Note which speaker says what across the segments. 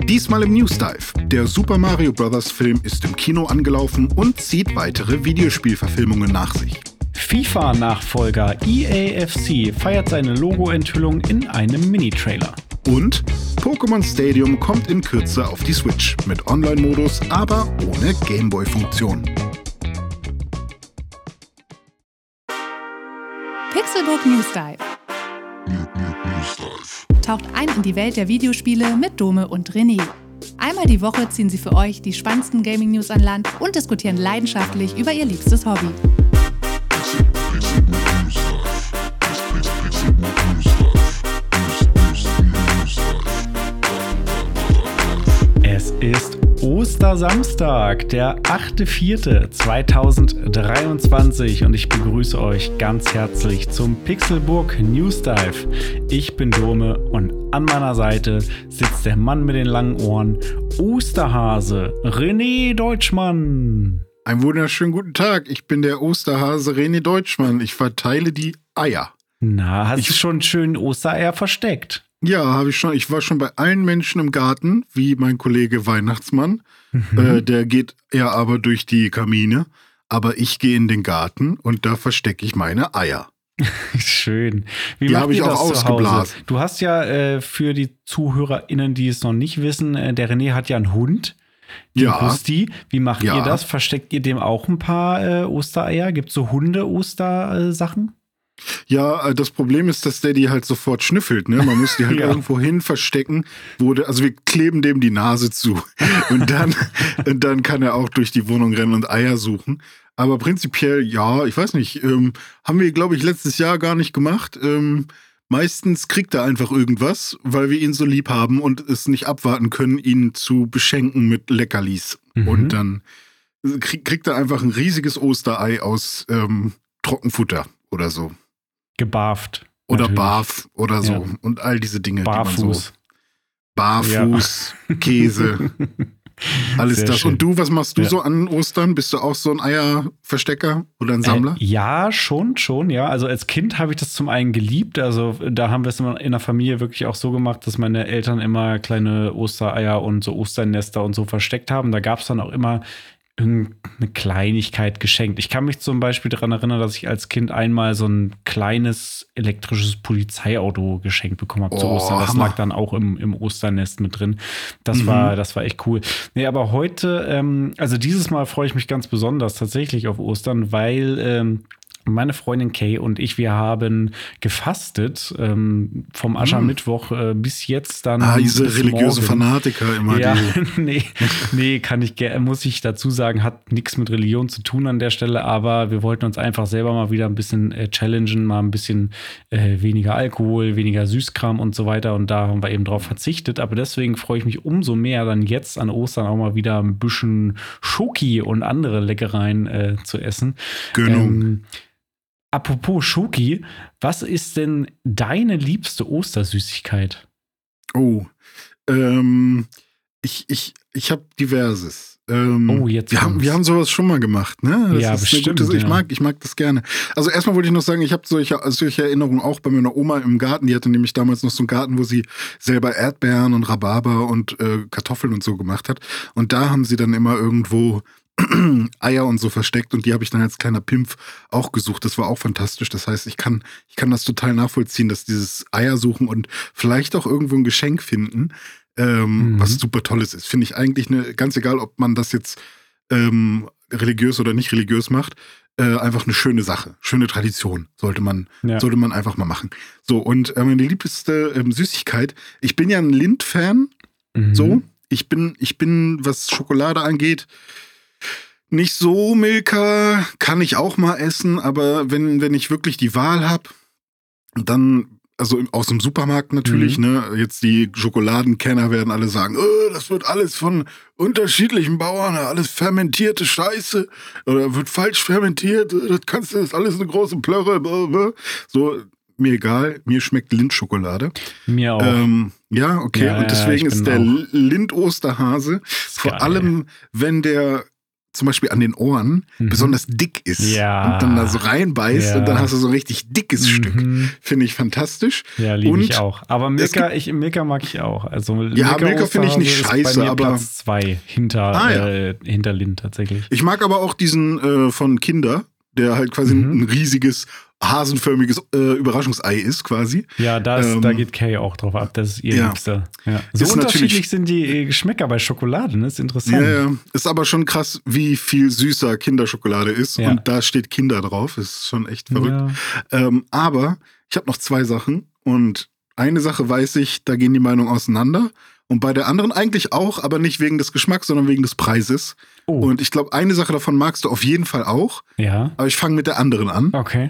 Speaker 1: Diesmal im News Dive. Der Super Mario Bros. Film ist im Kino angelaufen und zieht weitere Videospielverfilmungen nach sich.
Speaker 2: FIFA-Nachfolger EAFC feiert seine Logo-Enthüllung in einem Mini-Trailer.
Speaker 1: Und Pokémon Stadium kommt in Kürze auf die Switch mit Online-Modus, aber ohne Gameboy-Funktion.
Speaker 3: Pixelbook News Dive. Taucht ein in die Welt der Videospiele mit Dome und René. Einmal die Woche ziehen sie für euch die spannendsten Gaming-News an Land und diskutieren leidenschaftlich über ihr liebstes Hobby.
Speaker 2: Es ist Ostersamstag, der 8.4.2023 und ich begrüße euch ganz herzlich zum Pixelbook News Dive. Ich bin Dome und an meiner Seite sitzt der Mann mit den langen Ohren, Osterhase René Deutschmann.
Speaker 1: Einen wunderschönen guten Tag, ich bin der Osterhase René Deutschmann. Ich verteile die Eier.
Speaker 2: Na, hast du schon schön Ostereier versteckt?
Speaker 1: Ja, habe ich schon. Ich war schon bei allen Menschen im Garten, wie mein Kollege Weihnachtsmann. Der geht ja aber durch die Kamine. Aber ich gehe in den Garten und da verstecke ich meine Eier.
Speaker 2: Schön. Wie
Speaker 1: die
Speaker 2: macht
Speaker 1: habe ich
Speaker 2: ihr das
Speaker 1: auch ausgeblasen.
Speaker 2: Du hast ja für die ZuhörerInnen, die es noch nicht wissen, der René hat ja einen Hund. Den Gusti. Wie macht ihr das? Versteckt ihr dem auch ein paar Ostereier? Gibt es so Hunde-Ostersachen?
Speaker 1: Ja, das Problem ist, dass der die halt sofort schnüffelt, ne? Man muss die halt irgendwo hin verstecken, also wir kleben dem die Nase zu. Und dann kann er auch durch die Wohnung rennen und Eier suchen. Aber prinzipiell, ja, ich weiß nicht, haben wir, glaube ich, letztes Jahr gar nicht gemacht. Meistens kriegt er einfach irgendwas, weil wir ihn so lieb haben und es nicht abwarten können, ihn zu beschenken mit Leckerlis. Und dann kriegt er einfach ein riesiges Osterei aus Trockenfutter oder so.
Speaker 2: Gebarft.
Speaker 1: Oder
Speaker 2: natürlich.
Speaker 1: Barf oder so. Ja. Und all diese Dinge.
Speaker 2: Barfuß.
Speaker 1: Barfuß, Käse. Alles
Speaker 2: Sehr
Speaker 1: das.
Speaker 2: schön.
Speaker 1: Und du, was machst du so an Ostern? Bist du auch so ein Eierverstecker oder ein Sammler?
Speaker 2: Ja, schon, ja. Also als Kind habe ich das zum einen geliebt. Also da haben wir es immer in der Familie wirklich auch so gemacht, dass meine Eltern immer kleine Ostereier und so Osternester und so versteckt haben. Da gab es dann auch immer irgendeine Kleinigkeit geschenkt. Ich kann mich zum Beispiel daran erinnern, dass ich als Kind einmal so ein kleines elektrisches Polizeiauto geschenkt bekommen habe zu Ostern. Das lag dann auch im Osternest mit drin. Das war echt cool. Nee, aber heute, also dieses Mal freue ich mich ganz besonders tatsächlich auf Ostern, weil meine Freundin Kay und ich, wir haben gefastet vom Aschermittwoch bis jetzt dann.
Speaker 1: Diese religiöse morgen. Fanatiker immer.
Speaker 2: Ja, nee, muss ich dazu sagen, hat nichts mit Religion zu tun an der Stelle, aber wir wollten uns einfach selber mal wieder ein bisschen challengen, mal ein bisschen weniger Alkohol, weniger Süßkram und so weiter und da haben wir eben drauf verzichtet, aber deswegen freue ich mich umso mehr, dann jetzt an Ostern auch mal wieder ein bisschen Schoki und andere Leckereien zu essen.
Speaker 1: Gönnung.
Speaker 2: Apropos Schoki, was ist denn deine liebste Ostersüßigkeit?
Speaker 1: Oh, ich habe diverses.
Speaker 2: Jetzt
Speaker 1: wir haben sowas schon mal gemacht, ne? Das
Speaker 2: ja,
Speaker 1: ist
Speaker 2: bestimmt.
Speaker 1: Eine gute, ich mag das gerne. Also erstmal wollte ich noch sagen, ich habe solche Erinnerungen auch bei meiner Oma im Garten. Die hatte nämlich damals noch so einen Garten, wo sie selber Erdbeeren und Rhabarber und Kartoffeln und so gemacht hat. Und da haben sie dann immer irgendwo Eier und so versteckt und die habe ich dann als kleiner Pimpf auch gesucht. Das war auch fantastisch. Das heißt, ich kann das total nachvollziehen, dass dieses Eiersuchen und vielleicht auch irgendwo ein Geschenk finden, was super Tolles ist. Finde ich eigentlich ganz egal, ob man das jetzt religiös oder nicht religiös macht, einfach eine schöne Sache, schöne Tradition sollte man einfach mal machen. So, und meine liebste Süßigkeit, ich bin ja ein Lindt-Fan, so. Ich bin, was Schokolade angeht, nicht so Milka, kann ich auch mal essen, aber wenn ich wirklich die Wahl habe, dann, also aus dem Supermarkt natürlich, ne, jetzt die Schokoladenkenner werden alle sagen, das wird alles von unterschiedlichen Bauern, alles fermentierte Scheiße, oder wird falsch fermentiert, das ist alles eine große Plörre, blablabla. So, mir egal, mir schmeckt Lindt-Schokolade.
Speaker 2: Mir auch.
Speaker 1: Ja, okay, und deswegen ist der Lindt-Osterhase, vor allem, wenn der zum Beispiel an den Ohren besonders dick ist und dann da so reinbeißt und dann hast du so ein richtig dickes Stück. Finde ich fantastisch.
Speaker 2: Ja, liebe ich auch. Aber Milka mag ich auch. Also
Speaker 1: Milka finde ich nicht scheiße,
Speaker 2: bei mir
Speaker 1: aber
Speaker 2: Platz 2 hinter Lind tatsächlich.
Speaker 1: Ich mag aber auch diesen von Kinder, der halt quasi ein riesiges hasenförmiges Überraschungsei ist quasi.
Speaker 2: Ja, da geht Kay auch drauf ab. Das ist ihr Liebster. Ja. So
Speaker 1: ist
Speaker 2: unterschiedlich sind die Geschmäcker bei Schokolade, ne? Ist interessant.
Speaker 1: Ja. Ist aber schon krass, wie viel süßer Kinderschokolade ist. Ja. Und da steht Kinder drauf. Ist schon echt verrückt. Ja. Aber ich habe noch 2 Sachen. Und eine Sache weiß ich, da gehen die Meinungen auseinander. Und bei der anderen eigentlich auch, aber nicht wegen des Geschmacks, sondern wegen des Preises. Oh. Und ich glaube, eine Sache davon magst du auf jeden Fall auch. Ja. Aber ich fange mit der anderen an.
Speaker 2: Okay.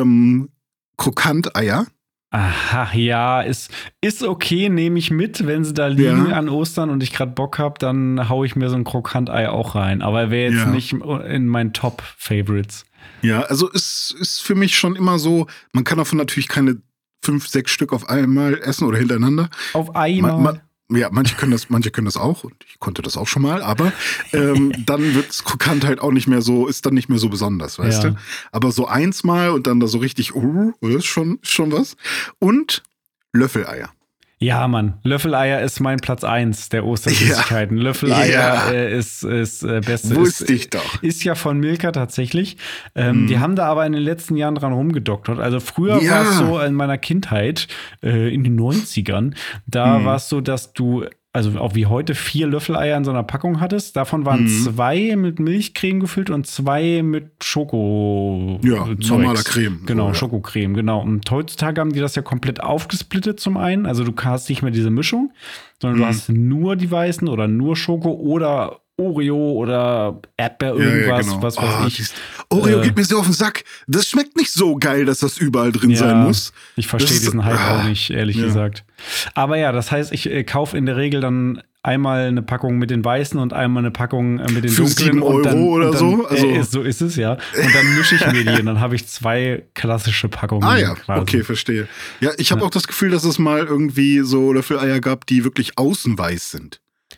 Speaker 1: Krokant-Eier.
Speaker 2: Aha, ja, ist okay, nehme ich mit. Wenn sie da liegen an Ostern und ich gerade Bock habe, dann haue ich mir so ein Krokant-Ei auch rein. Aber er wäre jetzt nicht in meinen Top-Favorites.
Speaker 1: Ja, also es ist für mich schon immer so, man kann davon natürlich keine 5, 6 Stück auf einmal essen oder hintereinander.
Speaker 2: Auf einmal?
Speaker 1: Ja, manche können das auch und ich konnte das auch schon mal, aber dann wird es krokant halt auch nicht mehr so, ist dann nicht mehr so besonders, weißt du? Aber so eins mal und dann da so richtig, ist schon was. Und Löffeleier.
Speaker 2: Ja, Mann, Löffeleier ist mein Platz 1 der Ostersüßigkeiten. Ja. Löffeleier ist Beste.
Speaker 1: Wusste ich doch.
Speaker 2: Ist ja von Milka tatsächlich. Die haben da aber in den letzten Jahren dran rumgedoktert. Also früher war es so in meiner Kindheit, in den 90ern, da war es so, dass du also auch wie heute 4 Löffeleier in so einer Packung hattest. Davon waren 2 mit Milchcreme gefüllt und 2 mit Schoko.
Speaker 1: Ja, normaler Creme.
Speaker 2: Genau, Schokocreme, genau. Und heutzutage haben die das ja komplett aufgesplittet zum einen. Also du hast nicht mehr diese Mischung, sondern du hast nur die weißen oder nur Schoko oder Oreo oder Erdbeer irgendwas,
Speaker 1: genau.
Speaker 2: was weiß ich.
Speaker 1: Oreo geht mir so auf den Sack. Das schmeckt nicht so geil, dass das überall drin sein muss.
Speaker 2: Ich verstehe diesen Hype auch nicht, ehrlich gesagt. Aber ja, das heißt, ich kaufe in der Regel dann einmal eine Packung mit den weißen und einmal eine Packung mit den
Speaker 1: für
Speaker 2: dunklen.
Speaker 1: 7 Euro oder so?
Speaker 2: So ist es, ja. Und dann mische ich mir die und dann habe ich 2 klassische Packungen.
Speaker 1: Ah ja, quasi. Okay, verstehe. Ja, ich habe auch das Gefühl, dass es mal irgendwie so Löffeleier gab, die wirklich außen weiß sind.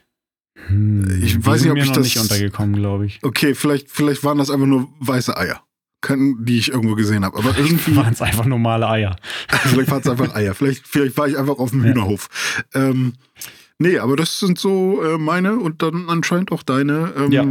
Speaker 1: Ich weiß nicht, ob ich das
Speaker 2: nicht untergekommen, glaube ich.
Speaker 1: Okay, vielleicht waren das einfach nur weiße Eier, die ich irgendwo gesehen habe. Aber irgendwie
Speaker 2: waren es einfach normale Eier.
Speaker 1: Vielleicht waren es einfach Eier. Vielleicht war ich einfach auf dem Hühnerhof. Nee, aber das sind so meine und dann anscheinend auch deine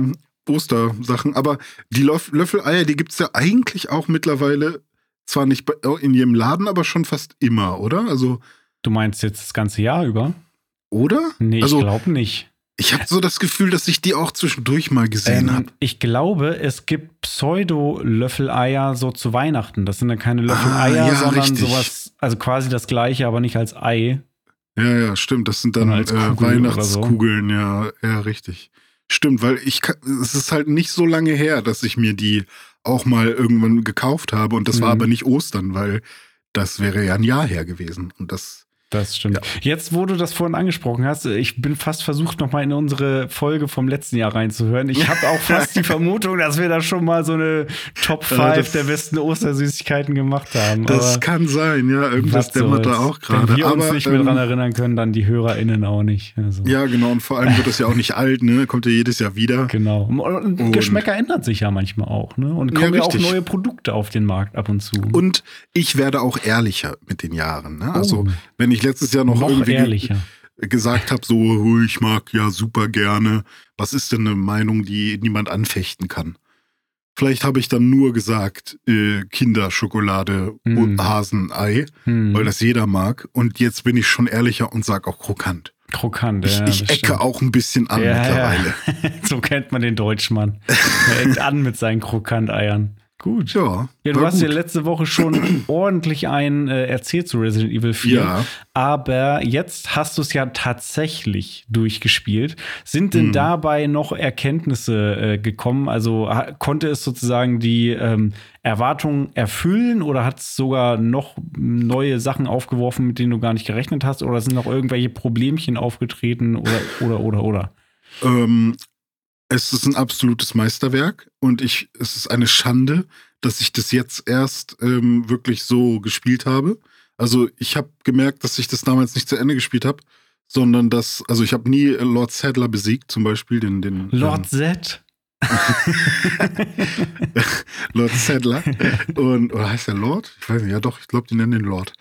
Speaker 1: Ostersachen. Aber die Löffeleier, die gibt es ja eigentlich auch mittlerweile, zwar nicht in jedem Laden, aber schon fast immer, oder? Also
Speaker 2: du meinst jetzt das ganze Jahr über?
Speaker 1: Oder?
Speaker 2: Nee, ich glaube nicht.
Speaker 1: Ich habe so das Gefühl, dass ich die auch zwischendurch mal gesehen habe.
Speaker 2: Ich glaube, es gibt Pseudo-Löffeleier so zu Weihnachten. Das sind dann keine Löffeleier, sondern sowas, also quasi das gleiche, aber nicht als Ei.
Speaker 1: Ja, stimmt. Das sind dann Weihnachtskugeln, so. Ja, richtig. Stimmt, weil es ist halt nicht so lange her, dass ich mir die auch mal irgendwann gekauft habe. Und das war aber nicht Ostern, weil das wäre ja ein Jahr her gewesen. Und das
Speaker 2: stimmt. Ja. Jetzt, wo du das vorhin angesprochen hast, ich bin fast versucht, nochmal in unsere Folge vom letzten Jahr reinzuhören. Ich habe auch fast die Vermutung, dass wir da schon mal so eine Top 5 der besten Ostersüßigkeiten gemacht haben.
Speaker 1: Das kann sein, ja. Irgendwas dämmert da auch gerade.
Speaker 2: Wenn wir uns nicht mehr dran erinnern können, dann die HörerInnen auch nicht. Also.
Speaker 1: Ja, genau. Und vor allem wird das ja auch nicht alt, ne? Kommt ja jedes Jahr wieder.
Speaker 2: Genau. Und Geschmäcker ändern sich ja manchmal auch, ne? Und kommen ja auch neue Produkte auf den Markt ab und zu.
Speaker 1: Und ich werde auch ehrlicher mit den Jahren, ne? Also, wenn ich letztes Jahr noch irgendwie gesagt habe, so, ich mag ja super gerne, was ist denn eine Meinung, die niemand anfechten kann? Vielleicht habe ich dann nur gesagt, Kinderschokolade und Hasenei, weil das jeder mag. Und jetzt bin ich schon ehrlicher und sage auch krokant.
Speaker 2: Krokant,
Speaker 1: Ich ecke auch ein bisschen an mittlerweile.
Speaker 2: Ja. So kennt man den Deutschmann. Er eckt an mit seinen Krokanteiern. Gut.
Speaker 1: Ja,
Speaker 2: du hast ja letzte Woche schon ordentlich erzählt zu Resident Evil 4. Ja. Aber jetzt hast du es ja tatsächlich durchgespielt. Sind denn dabei noch Erkenntnisse gekommen? Also konnte es sozusagen die Erwartungen erfüllen oder hat es sogar noch neue Sachen aufgeworfen, mit denen du gar nicht gerechnet hast? Oder sind noch irgendwelche Problemchen aufgetreten oder?
Speaker 1: Es ist ein absolutes Meisterwerk und es ist eine Schande, dass ich das jetzt erst wirklich so gespielt habe. Also ich habe gemerkt, dass ich das damals nicht zu Ende gespielt habe, sondern ich habe nie Lord Sadler besiegt, zum Beispiel den
Speaker 2: Lord Z?
Speaker 1: Lord Sadler. Oder heißt der Lord? Ich weiß nicht, ja doch, ich glaube, die nennen den Lord.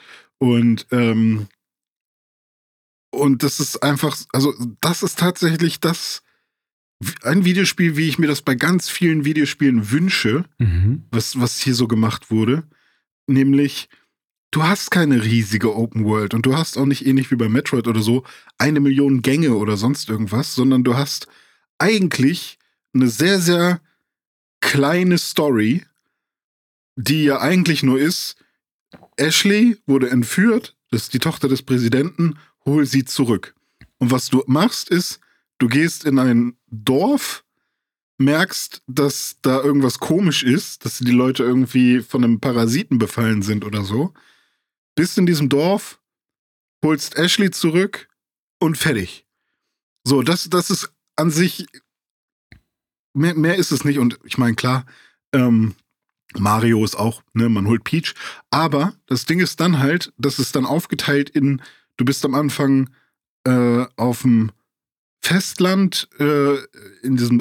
Speaker 1: Und das ist einfach, also das ist tatsächlich ein Videospiel, wie ich mir das bei ganz vielen Videospielen wünsche, was hier so gemacht wurde. Nämlich, du hast keine riesige Open World und du hast auch nicht ähnlich wie bei Metroid oder so 1 Million Gänge oder sonst irgendwas, sondern du hast eigentlich eine sehr, sehr kleine Story, die ja eigentlich nur ist, Ashley wurde entführt, das ist die Tochter des Präsidenten, hol sie zurück. Und was du machst ist, du gehst in ein Dorf, merkst, dass da irgendwas komisch ist, dass die Leute irgendwie von einem Parasiten befallen sind oder so, bist in diesem Dorf, holst Ashley zurück und fertig. So, das ist an sich, mehr ist es nicht. Und ich meine, klar, Mario ist auch, ne, man holt Peach. Aber das Ding ist dann halt, das ist dann aufgeteilt du bist am Anfang auf dem Festland, in diesem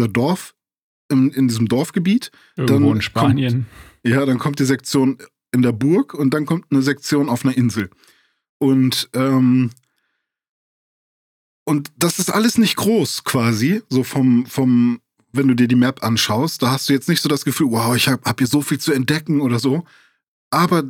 Speaker 1: Dorfgebiet.
Speaker 2: Irgendwo in Spanien.
Speaker 1: Dann kommt die Sektion in der Burg und dann kommt eine Sektion auf einer Insel. Und das ist alles nicht groß quasi, so vom wenn du dir die Map anschaust, da hast du jetzt nicht so das Gefühl, wow, ich hab hier so viel zu entdecken oder so. Aber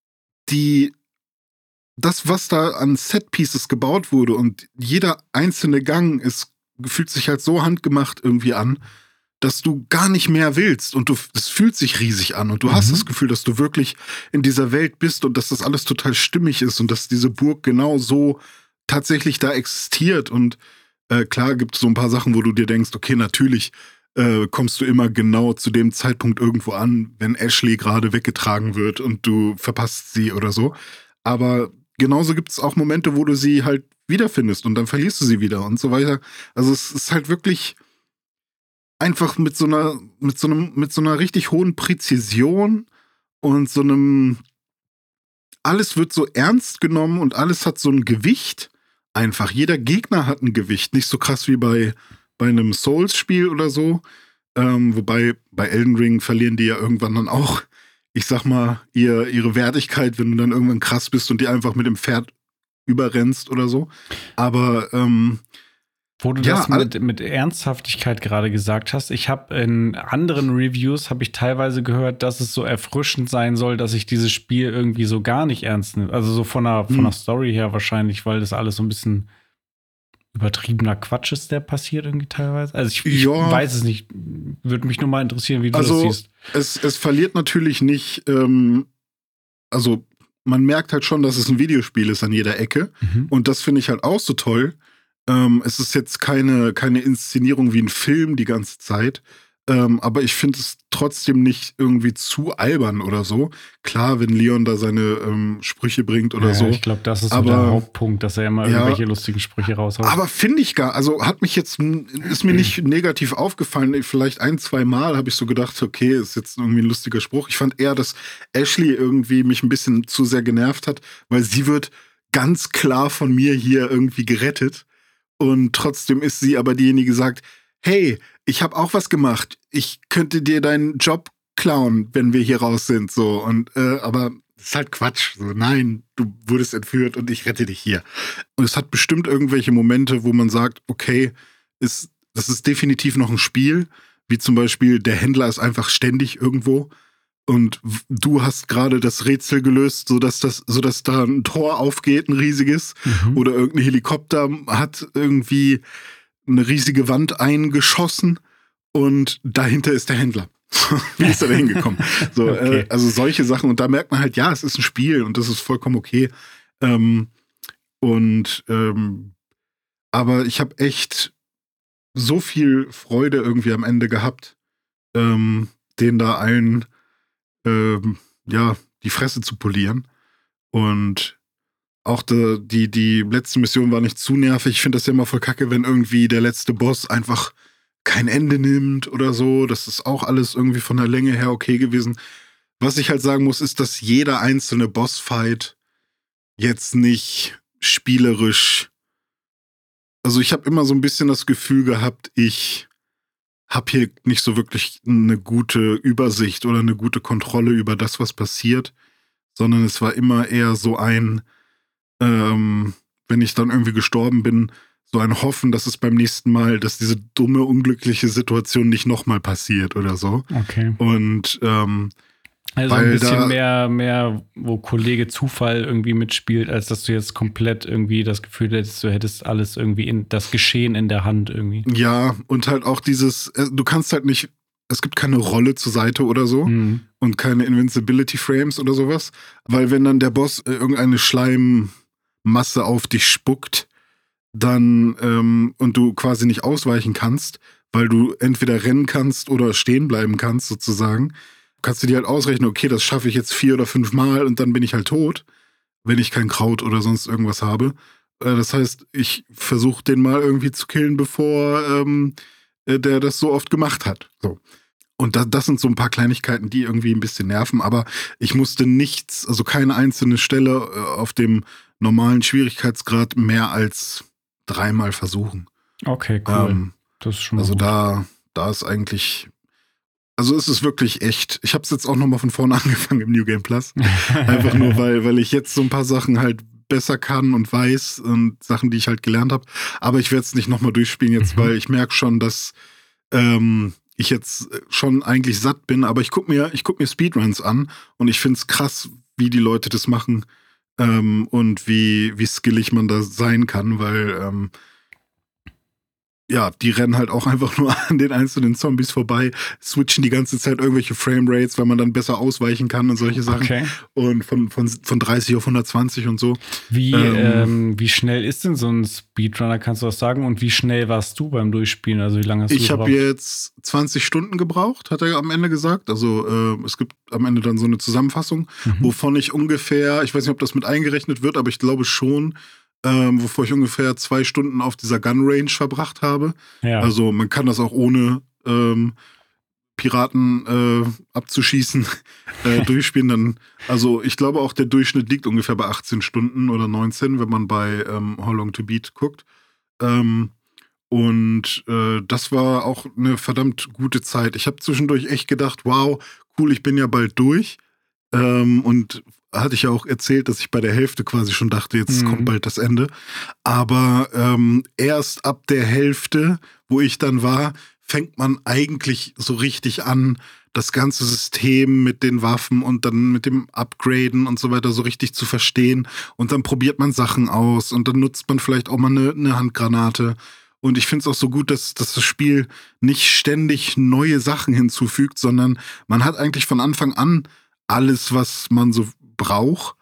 Speaker 1: das, was da an Setpieces gebaut wurde und jeder einzelne Gang fühlt sich halt so handgemacht irgendwie an, dass du gar nicht mehr willst und es fühlt sich riesig an und du hast das Gefühl, dass du wirklich in dieser Welt bist und dass das alles total stimmig ist und dass diese Burg genau so tatsächlich da existiert. Und klar gibt es so ein paar Sachen, wo du dir denkst, okay, natürlich kommst du immer genau zu dem Zeitpunkt irgendwo an, wenn Ashley gerade weggetragen wird und du verpasst sie oder so. Aber genauso gibt es auch Momente, wo du sie halt wiederfindest und dann verlierst du sie wieder und so weiter. Also es ist halt wirklich einfach mit so einer richtig hohen Präzision und so einem, alles wird so ernst genommen und alles hat so ein Gewicht. Einfach, jeder Gegner hat ein Gewicht. Nicht so krass wie bei einem Souls-Spiel oder so. Wobei bei Elden Ring verlieren die ja irgendwann dann auch, ich sag mal, ihre Wertigkeit, wenn du dann irgendwann krass bist und die einfach mit dem Pferd überrennst oder so. Aber
Speaker 2: wo du das mit Ernsthaftigkeit gerade gesagt hast, ich habe in anderen Reviews teilweise gehört, dass es so erfrischend sein soll, dass ich dieses Spiel irgendwie so gar nicht ernst nehme. Also so von der Story her wahrscheinlich, weil das alles so ein bisschen übertriebener Quatsch ist, der passiert irgendwie teilweise. Also ich weiß es nicht. Würde mich nur mal interessieren, wie du das siehst.
Speaker 1: Es verliert natürlich nicht, also man merkt halt schon, dass es ein Videospiel ist an jeder Ecke. Und das finde ich halt auch so toll. Es ist jetzt keine Inszenierung wie ein Film die ganze Zeit, aber ich finde es trotzdem nicht irgendwie zu albern oder so. Klar, wenn Leon da seine Sprüche bringt oder so.
Speaker 2: Ich glaube, das ist so der Hauptpunkt, dass er immer irgendwelche lustigen Sprüche raushaut.
Speaker 1: Aber finde ich also ist mir nicht negativ aufgefallen. Vielleicht 1-2 Mal habe ich so gedacht, okay, ist jetzt irgendwie ein lustiger Spruch. Ich fand eher, dass Ashley irgendwie mich ein bisschen zu sehr genervt hat, weil sie wird ganz klar von mir hier irgendwie gerettet. Und trotzdem ist sie aber diejenige, die sagt, hey, ich habe auch was gemacht. Ich könnte dir deinen Job klauen, wenn wir hier raus sind. So. Und aber das ist halt Quatsch. So, nein, du wurdest entführt und ich rette dich hier. Und es hat bestimmt irgendwelche Momente, wo man sagt, okay, das ist definitiv noch ein Spiel. Wie zum Beispiel, der Händler ist einfach ständig irgendwo. Und du hast gerade das Rätsel gelöst, sodass da ein Tor aufgeht, ein riesiges. Oder irgendein Helikopter hat irgendwie eine riesige Wand eingeschossen und dahinter ist der Händler. Wie ist er da hingekommen? So, okay. Also solche Sachen. Und da merkt man halt, ja, es ist ein Spiel und das ist vollkommen okay. Aber ich habe echt so viel Freude irgendwie am Ende gehabt, denen da allen die Fresse zu polieren. Und auch die letzte Mission war nicht zu nervig. Ich finde das ja immer voll kacke, wenn irgendwie der letzte Boss einfach kein Ende nimmt oder so. Das ist auch alles irgendwie von der Länge her okay gewesen. Was ich halt sagen muss, ist, dass jeder einzelne Bossfight jetzt nicht spielerisch. Also ich habe immer so ein bisschen das Gefühl gehabt, ich habe hier nicht so wirklich eine gute Übersicht oder eine gute Kontrolle über das, was passiert, sondern es war immer eher so ein, wenn ich dann irgendwie gestorben bin, so ein Hoffen, dass es beim nächsten Mal, dass diese dumme, unglückliche Situation nicht nochmal passiert oder so.
Speaker 2: Okay.
Speaker 1: Und
Speaker 2: also ein bisschen mehr, wo Kollege Zufall irgendwie mitspielt, als dass du jetzt komplett irgendwie das Gefühl hättest, du hättest alles irgendwie in das Geschehen in der Hand irgendwie.
Speaker 1: Ja, und halt auch dieses, du kannst halt nicht, es gibt keine Rolle zur Seite oder so und keine Invincibility Frames oder sowas, weil wenn dann der Boss irgendeine Schleimmasse auf dich spuckt, dann und du quasi nicht ausweichen kannst, weil du entweder rennen kannst oder stehen bleiben kannst sozusagen, kannst du dir halt ausrechnen, okay, das schaffe ich jetzt 4 oder 5 Mal und dann bin ich halt tot, wenn ich kein Kraut oder sonst irgendwas habe. Das heißt, ich versuche den mal irgendwie zu killen, bevor der das so oft gemacht hat. So. Und das sind so ein paar Kleinigkeiten, die irgendwie ein bisschen nerven, aber ich musste nichts, also keine einzelne Stelle auf dem normalen Schwierigkeitsgrad mehr als 3-mal versuchen.
Speaker 2: Okay, cool. Das ist schon mal
Speaker 1: also
Speaker 2: gut.
Speaker 1: Da ist eigentlich, also es ist wirklich echt, ich habe es jetzt auch nochmal von vorne angefangen im New Game Plus, einfach nur, weil ich jetzt so ein paar Sachen halt besser kann und weiß und Sachen, die ich halt gelernt habe, aber ich werde es nicht nochmal durchspielen jetzt, weil ich merke schon, dass ich jetzt schon eigentlich satt bin, aber ich guck mir Speedruns an und ich finde es krass, wie die Leute das machen und wie skillig man da sein kann, weil ja, die rennen halt auch einfach nur an den einzelnen Zombies vorbei, switchen die ganze Zeit irgendwelche Framerates, weil man dann besser ausweichen kann und solche Sachen.
Speaker 2: Okay.
Speaker 1: Und von 30 auf 120 und so.
Speaker 2: Wie schnell ist denn so ein Speedrunner, kannst du das sagen? Und wie schnell warst du beim Durchspielen? Also wie lange hast du
Speaker 1: Ich
Speaker 2: gebraucht?
Speaker 1: habe jetzt 20 Stunden gebraucht, hat er am Ende gesagt. Also es gibt am Ende dann so eine Zusammenfassung, wovon ich ungefähr, ich weiß nicht, ob das mit eingerechnet wird, aber ich glaube schon, wovor ich ungefähr 2 Stunden auf dieser Gun Range verbracht habe.
Speaker 2: Ja.
Speaker 1: Also man kann das auch ohne Piraten abzuschießen durchspielen. Dann, also ich glaube auch der Durchschnitt liegt ungefähr bei 18 Stunden oder 19, wenn man bei How Long to Beat guckt. Und das war auch eine verdammt gute Zeit. Ich habe zwischendurch echt gedacht, wow, cool, ich bin ja bald durch. Und hatte ich ja auch erzählt, dass ich bei der Hälfte quasi schon dachte, jetzt kommt bald das Ende. Aber erst ab der Hälfte, wo ich dann war, fängt man eigentlich so richtig an, das ganze System mit den Waffen und dann mit dem Upgraden und so weiter so richtig zu verstehen. Und dann probiert man Sachen aus und dann nutzt man vielleicht auch mal eine Handgranate. Und ich finde es auch so gut, dass das Spiel nicht ständig neue Sachen hinzufügt, sondern man hat eigentlich von Anfang an alles, was man so braucht.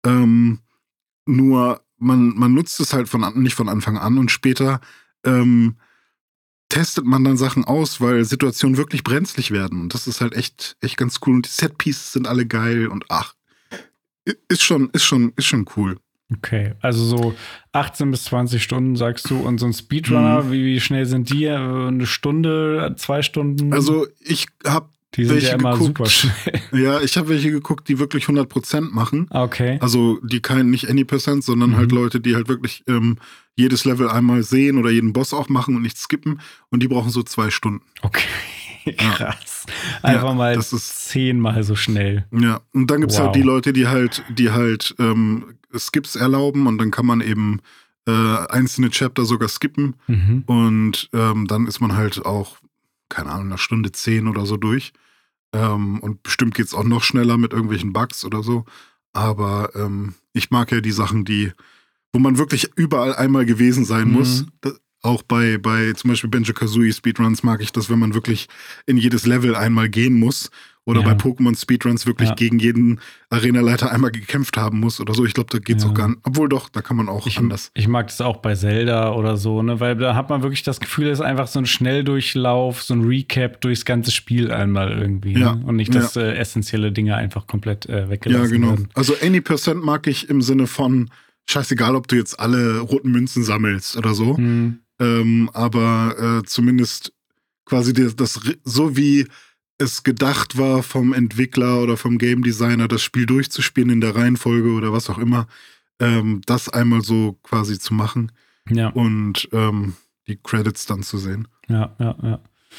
Speaker 1: Nur man nutzt es halt nicht von Anfang an und später testet man dann Sachen aus, weil Situationen wirklich brenzlig werden. Und das ist halt echt ganz cool. Und die Setpieces sind alle geil und ist schon cool.
Speaker 2: Okay, also so 18 bis 20 Stunden, sagst du. Und so ein Speedrunner, wie schnell sind die? Eine Stunde, 2 Stunden?
Speaker 1: Also ich habe
Speaker 2: die sind ja immer super schnell.
Speaker 1: Ja, ich habe welche geguckt, die wirklich 100% machen.
Speaker 2: Okay.
Speaker 1: Also die nicht any percent, sondern halt Leute, die halt wirklich jedes Level einmal sehen oder jeden Boss auch machen und nicht skippen. Und die brauchen so 2 Stunden.
Speaker 2: Okay, krass. Einfach mal
Speaker 1: das ist
Speaker 2: 10-mal so schnell.
Speaker 1: Ja, und dann gibt's halt die Leute, die halt Skips erlauben und dann kann man eben einzelne Chapter sogar skippen. Und dann ist man halt auch, keine Ahnung, 1 Stunde 10 oder so durch. Und bestimmt geht's auch noch schneller mit irgendwelchen Bugs oder so. Aber ich mag ja die Sachen, wo man wirklich überall einmal gewesen sein muss. Auch bei zum Beispiel Banjo-Kazooie Speedruns mag ich das, wenn man wirklich in jedes Level einmal gehen muss. Oder bei Pokémon Speedruns wirklich gegen jeden Arenaleiter einmal gekämpft haben muss oder so. Ich glaube, da geht's auch gar nicht. Obwohl doch, da kann man auch anders.
Speaker 2: Ich mag das auch bei Zelda oder so, ne? Weil da hat man wirklich das Gefühl, es ist einfach so ein Schnelldurchlauf, so ein Recap durchs ganze Spiel einmal irgendwie.
Speaker 1: Ja.
Speaker 2: Ne? Und nicht, dass essentielle Dinge einfach komplett weggelassen
Speaker 1: werden. Ja, genau.
Speaker 2: Werden.
Speaker 1: Also any percent mag ich im Sinne von scheißegal, ob du jetzt alle roten Münzen sammelst oder so. Aber zumindest quasi das so wie es gedacht war vom Entwickler oder vom Game Designer, das Spiel durchzuspielen in der Reihenfolge oder was auch immer, das einmal so quasi zu machen und die Credits dann zu sehen.
Speaker 2: Ja.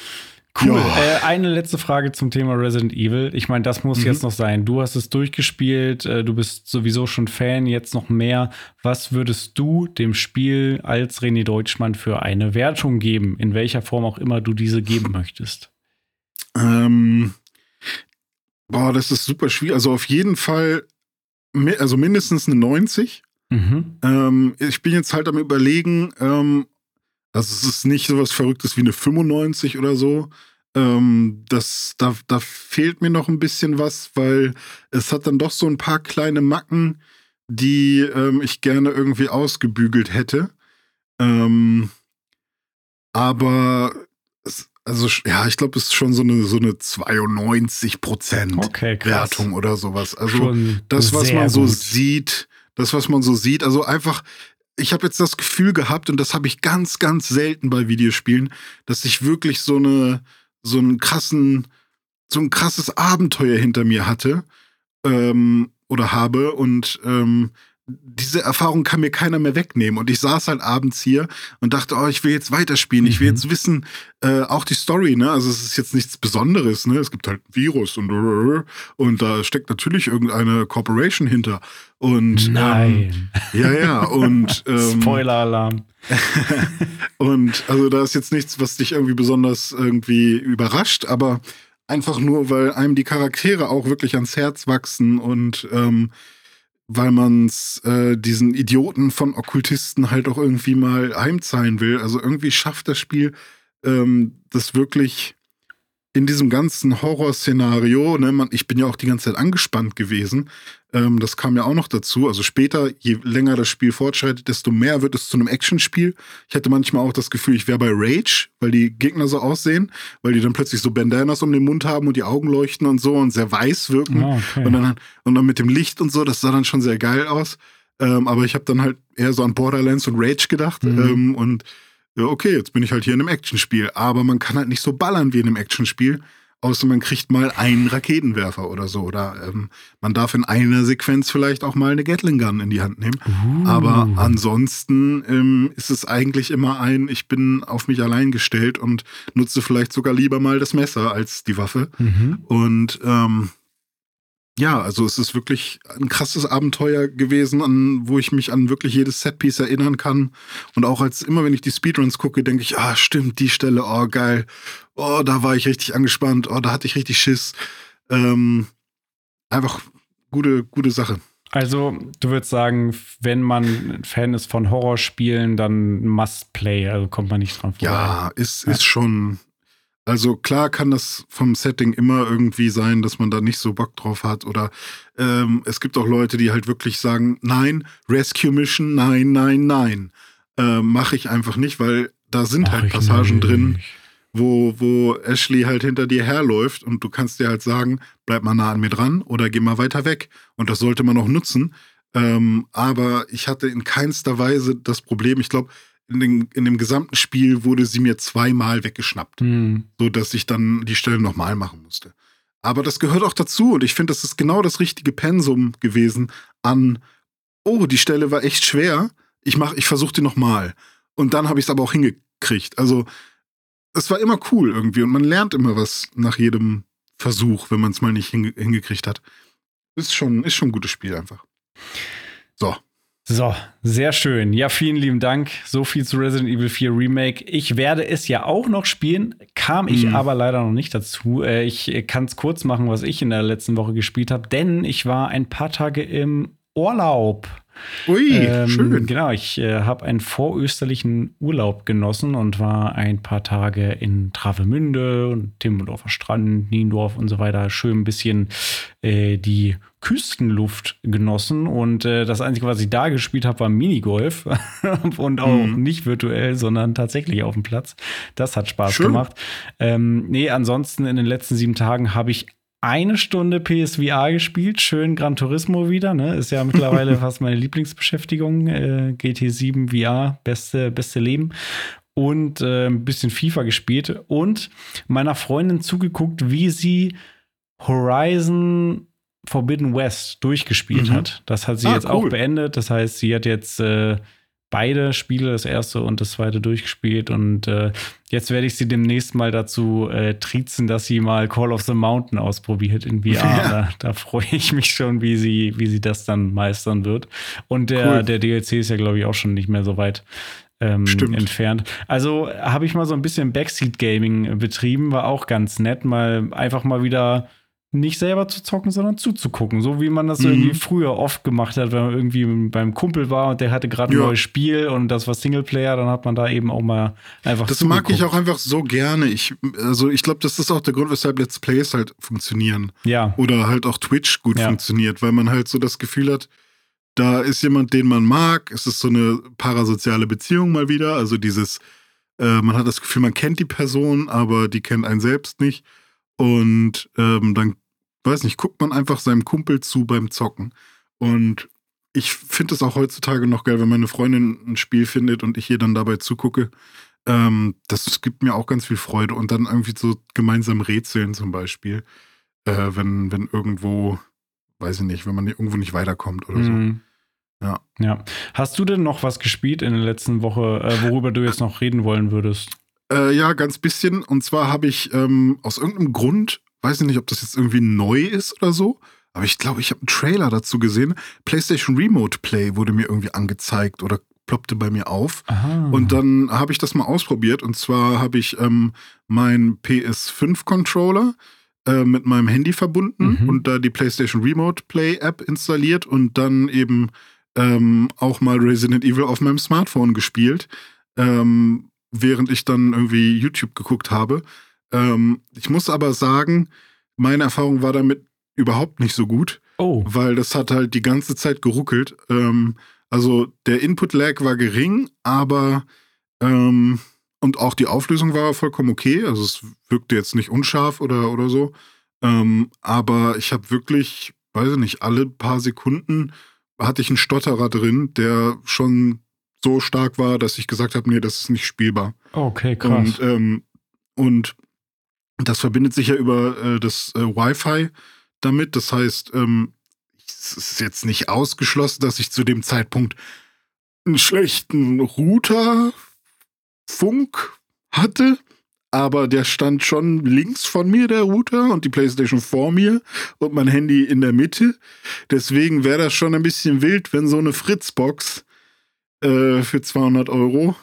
Speaker 2: Cool.
Speaker 1: Ja.
Speaker 2: Eine letzte Frage zum Thema Resident Evil. Ich meine, das muss jetzt noch sein. Du hast es durchgespielt, du bist sowieso schon Fan, jetzt noch mehr. Was würdest du dem Spiel als René Deutschmann für eine Wertung geben? In welcher Form auch immer du diese geben möchtest?
Speaker 1: Das ist super schwierig. Also auf jeden Fall, also mindestens eine 90. Ich bin jetzt halt am Überlegen, also es ist nicht so was Verrücktes wie eine 95 oder so. Da fehlt mir noch ein bisschen was, weil es hat dann doch so ein paar kleine Macken, die ich gerne irgendwie ausgebügelt hätte. Aber ich glaube, es ist schon so eine 92% Wertung oder sowas. Also
Speaker 2: schon
Speaker 1: das, was
Speaker 2: sehr
Speaker 1: man so
Speaker 2: gut
Speaker 1: sieht, also einfach, ich habe jetzt das Gefühl gehabt, und das habe ich ganz, ganz selten bei Videospielen, dass ich wirklich so ein krasses Abenteuer hinter mir hatte oder habe, und diese Erfahrung kann mir keiner mehr wegnehmen. Und ich saß halt abends hier und dachte, ich will jetzt weiterspielen. Ich will jetzt wissen, auch die Story, ne? Also es ist jetzt nichts Besonderes, ne? Es gibt halt ein Virus und da steckt natürlich irgendeine Corporation hinter. Und
Speaker 2: nein.
Speaker 1: Und
Speaker 2: Spoiler-Alarm.
Speaker 1: Und also da ist jetzt nichts, was dich irgendwie besonders irgendwie überrascht, aber einfach nur, weil einem die Charaktere auch wirklich ans Herz wachsen und weil man's diesen Idioten von Okkultisten halt auch irgendwie mal heimzahlen will. Also irgendwie schafft das Spiel das wirklich in diesem ganzen Horrorszenario, ne, ich bin ja auch die ganze Zeit angespannt gewesen. Das kam ja auch noch dazu. Also später, je länger das Spiel fortschreitet, desto mehr wird es zu einem Actionspiel. Ich hatte manchmal auch das Gefühl, ich wäre bei Rage, weil die Gegner so aussehen, weil die dann plötzlich so Bandanas um den Mund haben und die Augen leuchten und so und sehr weiß wirken.
Speaker 2: Oh, okay.
Speaker 1: Und dann mit dem Licht und so, das sah dann schon sehr geil aus. Aber ich habe dann halt eher so an Borderlands und Rage gedacht. Und ja, okay, jetzt bin ich halt hier in einem Actionspiel. Aber man kann halt nicht so ballern wie in einem Actionspiel. Außer man kriegt mal einen Raketenwerfer oder so. Oder man darf in einer Sequenz vielleicht auch mal eine Gatling Gun in die Hand nehmen. Aber ansonsten ist es eigentlich immer ich bin auf mich allein gestellt und nutze vielleicht sogar lieber mal das Messer als die Waffe. Und also es ist wirklich ein krasses Abenteuer gewesen, wo ich mich an wirklich jedes Setpiece erinnern kann. Und auch immer, wenn ich die Speedruns gucke, denke ich, stimmt, die Stelle, geil. Da war ich richtig angespannt. Da hatte ich richtig Schiss. Einfach gute Sache.
Speaker 2: Also, du würdest sagen, wenn man Fan ist von Horrorspielen, dann Must-Play, also kommt man nicht dran vorbei.
Speaker 1: Ja, ist schon. Also klar kann das vom Setting immer irgendwie sein, dass man da nicht so Bock drauf hat. Oder es gibt auch Leute, die halt wirklich sagen, nein, Rescue Mission, nein. Mache ich einfach nicht, weil da sind halt Passagen drin, wo Ashley halt hinter dir herläuft und du kannst dir halt sagen, bleib mal nah an mir dran oder geh mal weiter weg. Und das sollte man auch nutzen. Aber ich hatte in keinster Weise das Problem, ich glaube, in dem gesamten Spiel wurde sie mir 2-mal weggeschnappt, so dass ich dann die Stelle nochmal machen musste. Aber das gehört auch dazu und ich finde, das ist genau das richtige Pensum gewesen an, die Stelle war echt schwer, ich versuche die nochmal. Und dann habe ich es aber auch hingekriegt. Also es war immer cool irgendwie und man lernt immer was nach jedem Versuch, wenn man es mal nicht hingekriegt hat. Ist schon ein gutes Spiel einfach.
Speaker 2: So, sehr schön. Ja, vielen lieben Dank. So viel zu Resident Evil 4 Remake. Ich werde es ja auch noch spielen, kam ich aber leider noch nicht dazu. Ich kann es kurz machen, was ich in der letzten Woche gespielt habe, denn ich war ein paar Tage im Urlaub.
Speaker 1: Ui, schön.
Speaker 2: Genau, ich habe einen vorösterlichen Urlaub genossen und war ein paar Tage in Travemünde und Timmendorfer Strand, Niendorf und so weiter. Schön ein bisschen die Küstenluft genossen. Und das Einzige, was ich da gespielt habe, war Minigolf. Und auch nicht virtuell, sondern tatsächlich auf dem Platz. Das hat Spaß gemacht. Ansonsten in den letzten 7 Tagen habe ich 1 Stunde PSVR gespielt, schön Gran Turismo wieder, ne? Ist ja mittlerweile fast meine Lieblingsbeschäftigung. GT7 VR, beste Leben. Und ein bisschen FIFA gespielt und meiner Freundin zugeguckt, wie sie Horizon Forbidden West durchgespielt hat. Das hat sie jetzt auch beendet. Das heißt, sie hat jetzt beide Spiele, das erste und das zweite, durchgespielt. Und jetzt werde ich sie demnächst mal dazu triezen, dass sie mal Call of the Mountain ausprobiert in VR.
Speaker 1: Ja.
Speaker 2: Da freue ich mich schon, wie sie das dann meistern wird. Und der DLC ist ja, glaube ich, auch schon nicht mehr so weit entfernt. Also habe ich mal so ein bisschen Backseat-Gaming betrieben, war auch ganz nett, einfach mal wieder nicht selber zu zocken, sondern zuzugucken. So wie man das irgendwie früher oft gemacht hat, wenn man irgendwie beim Kumpel war und der hatte gerade ein neues Spiel und das war Singleplayer, dann hat man da eben auch mal einfach
Speaker 1: Das mag ich auch einfach so gerne. Ich glaube, das ist auch der Grund, weshalb Let's Plays halt funktionieren.
Speaker 2: Ja.
Speaker 1: Oder halt auch Twitch gut funktioniert, weil man halt so das Gefühl hat, da ist jemand, den man mag. Es ist so eine parasoziale Beziehung mal wieder. Also man hat das Gefühl, man kennt die Person, aber die kennt einen selbst nicht. Und dann, weiß nicht, guckt man einfach seinem Kumpel zu beim Zocken. Und ich finde es auch heutzutage noch geil, wenn meine Freundin ein Spiel findet und ich ihr dann dabei zugucke. Das gibt mir auch ganz viel Freude. Und dann irgendwie so gemeinsam rätseln zum Beispiel. Wenn irgendwo, weiß ich nicht, wenn man irgendwo nicht weiterkommt oder so. Ja.
Speaker 2: Hast du denn noch was gespielt in der letzten Woche, worüber du jetzt noch reden wollen würdest?
Speaker 1: Ja, ganz bisschen. Und zwar habe ich aus irgendeinem Grund, weiß ich nicht, ob das jetzt irgendwie neu ist oder so, aber ich glaube, ich habe einen Trailer dazu gesehen. PlayStation Remote Play wurde mir irgendwie angezeigt oder ploppte bei mir auf.
Speaker 2: Aha.
Speaker 1: Und dann habe ich das mal ausprobiert. Und zwar habe ich meinen PS5-Controller mit meinem Handy verbunden und da die PlayStation Remote Play App installiert und dann eben auch mal Resident Evil auf meinem Smartphone gespielt, während ich dann irgendwie YouTube geguckt habe. Ich muss aber sagen, meine Erfahrung war damit überhaupt nicht so gut, weil das hat halt die ganze Zeit geruckelt. Also der Input-Lag war gering, aber und auch die Auflösung war vollkommen okay. Also es wirkte jetzt nicht unscharf oder so. Aber ich habe wirklich, weiß ich nicht, alle paar Sekunden hatte ich einen Stotterer drin, der schon so stark war, dass ich gesagt habe, nee, das ist nicht spielbar.
Speaker 2: Okay, krass.
Speaker 1: Und das verbindet sich ja über das Wi-Fi damit. Das heißt, es ist jetzt nicht ausgeschlossen, dass ich zu dem Zeitpunkt einen schlechten Routerfunk hatte, aber der stand schon links von mir, der Router, und die PlayStation vor mir und mein Handy in der Mitte. Deswegen wäre das schon ein bisschen wild, wenn so eine Fritzbox für 200 €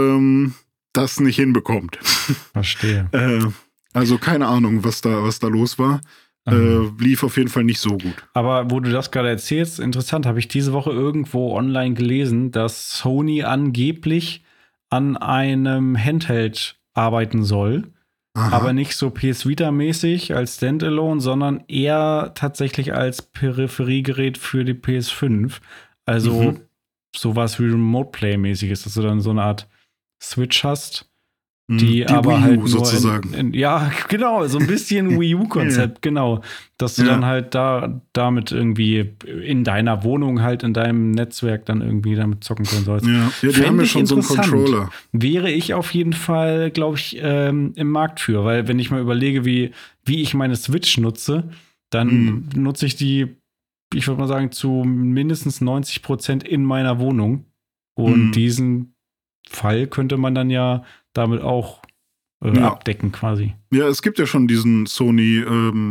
Speaker 1: das nicht hinbekommt.
Speaker 2: Verstehe.
Speaker 1: Also keine Ahnung, was da los war. Lief auf jeden Fall nicht so gut.
Speaker 2: Aber wo du das gerade erzählst, interessant, habe ich diese Woche irgendwo online gelesen, dass Sony angeblich an einem Handheld arbeiten soll.
Speaker 1: Aha.
Speaker 2: Aber nicht so PS Vita-mäßig als Standalone, sondern eher tatsächlich als Peripheriegerät für die PS5. Also sowas wie Remote Play-mäßiges, dass du dann so eine Art Switch hast, die aber
Speaker 1: Wii U
Speaker 2: halt nur
Speaker 1: sozusagen.
Speaker 2: ja, genau, so ein bisschen Wii U-Konzept, genau. Dass du dann halt damit irgendwie in deiner Wohnung halt in deinem Netzwerk dann irgendwie damit zocken können sollst.
Speaker 1: Ja, die haben ja schon so einen Controller.
Speaker 2: Wäre ich auf jeden Fall, glaube ich, im Markt für, weil wenn ich mal überlege, wie ich meine Switch nutze, dann nutze ich die, ich würde mal sagen, zu mindestens 90% in meiner Wohnung. Und diesen Fall könnte man dann ja damit auch abdecken quasi.
Speaker 1: Ja, es gibt ja schon diesen Sony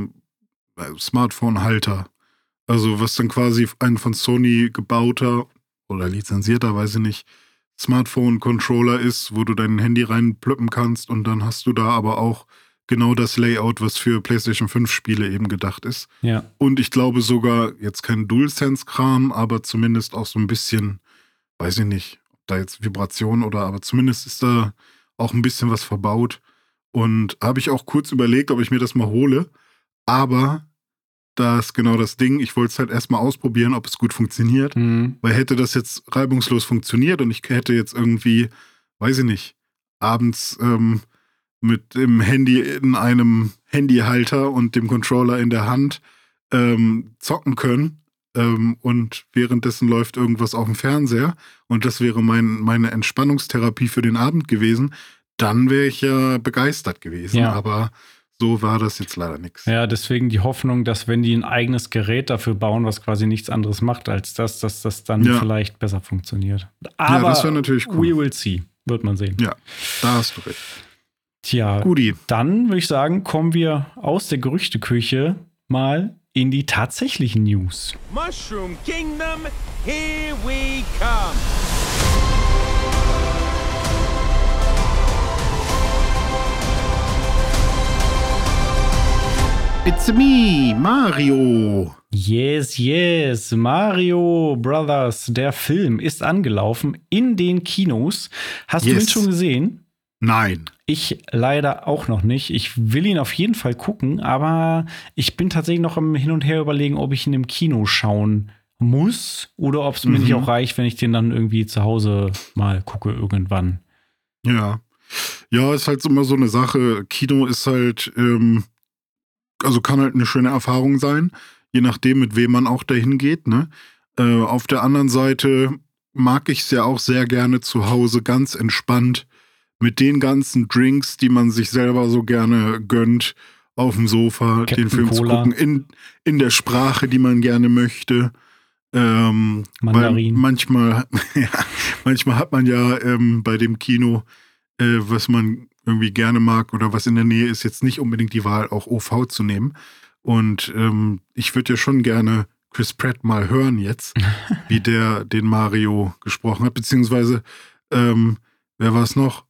Speaker 1: Smartphone-Halter. Also was dann quasi ein von Sony gebauter oder lizenzierter, weiß ich nicht, Smartphone-Controller ist, wo du dein Handy reinplöppen kannst und dann hast du da aber auch genau das Layout, was für PlayStation 5 Spiele eben gedacht ist.
Speaker 2: Ja.
Speaker 1: Und ich glaube sogar, jetzt kein DualSense-Kram, aber zumindest auch so ein bisschen, weiß ich nicht, ob da jetzt Vibration aber zumindest ist da auch ein bisschen was verbaut. Und habe ich auch kurz überlegt, ob ich mir das mal hole. Aber das ist genau das Ding. Ich wollte es halt erstmal ausprobieren, ob es gut funktioniert. Weil hätte das jetzt reibungslos funktioniert und ich hätte jetzt irgendwie, weiß ich nicht, abends mit dem Handy in einem Handyhalter und dem Controller in der Hand zocken können. Und währenddessen läuft irgendwas auf dem Fernseher und das wäre meine Entspannungstherapie für den Abend gewesen, dann wäre ich ja begeistert gewesen.
Speaker 2: Ja.
Speaker 1: Aber So war das jetzt leider nichts.
Speaker 2: Ja, deswegen die Hoffnung, dass wenn die ein eigenes Gerät dafür bauen, was quasi nichts anderes macht als das, dass das dann vielleicht besser funktioniert. Aber
Speaker 1: das wäre natürlich cool.
Speaker 2: We will see. Wird man sehen.
Speaker 1: Ja, da hast du recht.
Speaker 2: Tja,
Speaker 1: Guti.
Speaker 2: Dann würde ich sagen, kommen wir aus der Gerüchteküche mal in die tatsächlichen News.
Speaker 4: Mushroom Kingdom, here we come.
Speaker 1: It's me, Mario.
Speaker 2: Yes, Mario Brothers, der Film ist angelaufen in den Kinos. Hast du ihn schon gesehen?
Speaker 1: Nein.
Speaker 2: Ich leider auch noch nicht. Ich will ihn auf jeden Fall gucken, aber ich bin tatsächlich noch im Hin und Her überlegen, ob ich ihn im Kino schauen muss oder ob es mir nicht auch reicht, wenn ich den dann irgendwie zu Hause mal gucke irgendwann.
Speaker 1: Ja. Ja, ist halt immer so eine Sache. Kino ist halt, also kann halt eine schöne Erfahrung sein, je nachdem, mit wem man auch dahin geht, ne? Auf der anderen Seite mag ich es ja auch sehr gerne zu Hause ganz entspannt mit den ganzen Drinks, die man sich selber so gerne gönnt, auf dem Sofa,
Speaker 2: Captain
Speaker 1: den Film
Speaker 2: Cola.
Speaker 1: zu gucken, in der Sprache, die man gerne möchte.
Speaker 2: Mandarin.
Speaker 1: Weil manchmal hat man ja bei dem Kino, was man irgendwie gerne mag oder was in der Nähe ist, jetzt nicht unbedingt die Wahl, auch OV zu nehmen. Und ich würde ja schon gerne Chris Pratt mal hören jetzt, wie der den Mario gesprochen hat, beziehungsweise wer war es noch?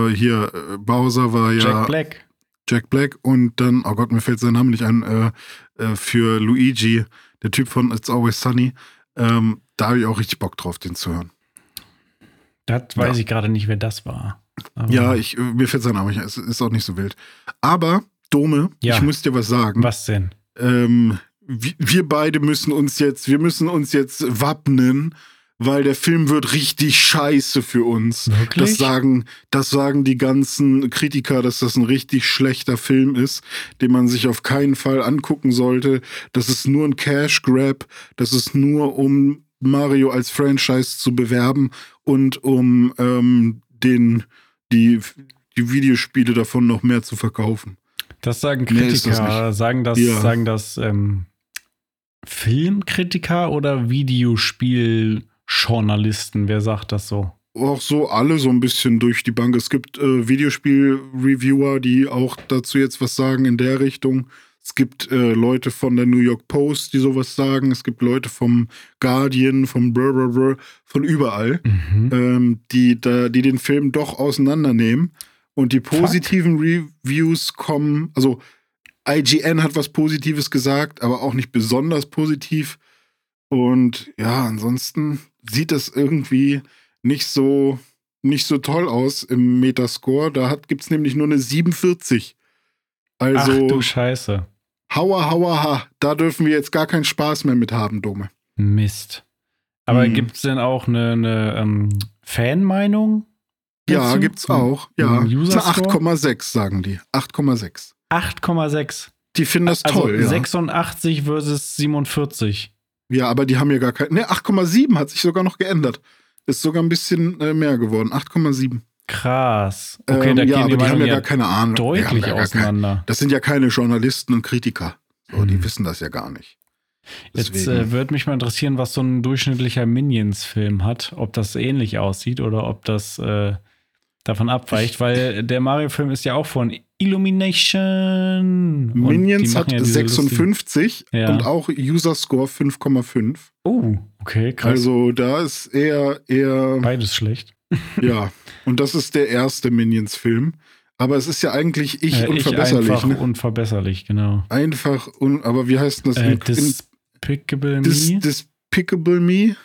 Speaker 1: Bowser war ja Jack Black und dann, oh Gott, mir fällt sein Name nicht ein, für Luigi, der Typ von It's Always Sunny. Da habe ich auch richtig Bock drauf, den zu hören.
Speaker 2: Das weiß ich gerade nicht, wer das war. Aber
Speaker 1: ja, mir fällt sein Name nicht ein, es ist auch nicht so wild. Aber, Dome, ich muss dir was sagen.
Speaker 2: Was denn?
Speaker 1: Wir beide müssen uns jetzt wappnen, weil der Film wird richtig scheiße für uns.
Speaker 2: Wirklich?
Speaker 1: Das sagen die ganzen Kritiker, dass das ein richtig schlechter Film ist, den man sich auf keinen Fall angucken sollte. Das ist nur ein Cash Grab, das ist nur, um Mario als Franchise zu bewerben und um die Videospiele davon noch mehr zu verkaufen.
Speaker 2: Das sagen Kritiker. Sagen das Filmkritiker oder Videospieljournalisten? Wer sagt das so?
Speaker 1: Auch so alle so ein bisschen durch die Bank. Es gibt Videospiel-Reviewer, die auch dazu jetzt was sagen in der Richtung. Es gibt Leute von der New York Post, die sowas sagen. Es gibt Leute vom Guardian, von überall, die den Film doch auseinandernehmen. Und die positiven Reviews kommen, also IGN hat was Positives gesagt, aber auch nicht besonders positiv. Und ja, ansonsten sieht das irgendwie nicht so toll aus im Metascore. Da gibt's nämlich nur eine 47. Also,
Speaker 2: ach du Scheiße.
Speaker 1: Hauer, da dürfen wir jetzt gar keinen Spaß mehr mit haben, Dome.
Speaker 2: Mist. Aber gibt's denn auch eine Fanmeinung?
Speaker 1: Ja, gibt's auch. Ja, eine
Speaker 2: User-Score?
Speaker 1: 8,6 sagen die. 8,6.
Speaker 2: 8,6.
Speaker 1: Die finden das toll, ja.
Speaker 2: 86 versus 47.
Speaker 1: Ja, aber die haben ja gar kein. Ne, 8,7 hat sich sogar noch geändert. Ist sogar ein bisschen mehr geworden. 8,7.
Speaker 2: Krass. Okay, da
Speaker 1: ja,
Speaker 2: gehen
Speaker 1: aber die haben ja gar keine Ahnung.
Speaker 2: Deutlich auseinander.
Speaker 1: Das sind ja keine Journalisten und Kritiker. So, die wissen das ja gar nicht.
Speaker 2: Jetzt würde mich mal interessieren, was so ein durchschnittlicher Minions-Film hat. Ob das ähnlich aussieht oder ob das davon abweicht. Weil der Mario-Film ist ja auch von Illumination.
Speaker 1: Minions hat 56 und auch User-Score 5,5.
Speaker 2: Oh, okay, krass.
Speaker 1: Also da ist eher
Speaker 2: beides schlecht.
Speaker 1: Ja, und das ist der erste Minions-Film. Aber es ist ja eigentlich unverbesserlich.
Speaker 2: Einfach unverbesserlich, genau.
Speaker 1: Aber wie heißt das?
Speaker 2: Despicable Me?
Speaker 1: Despicable Me?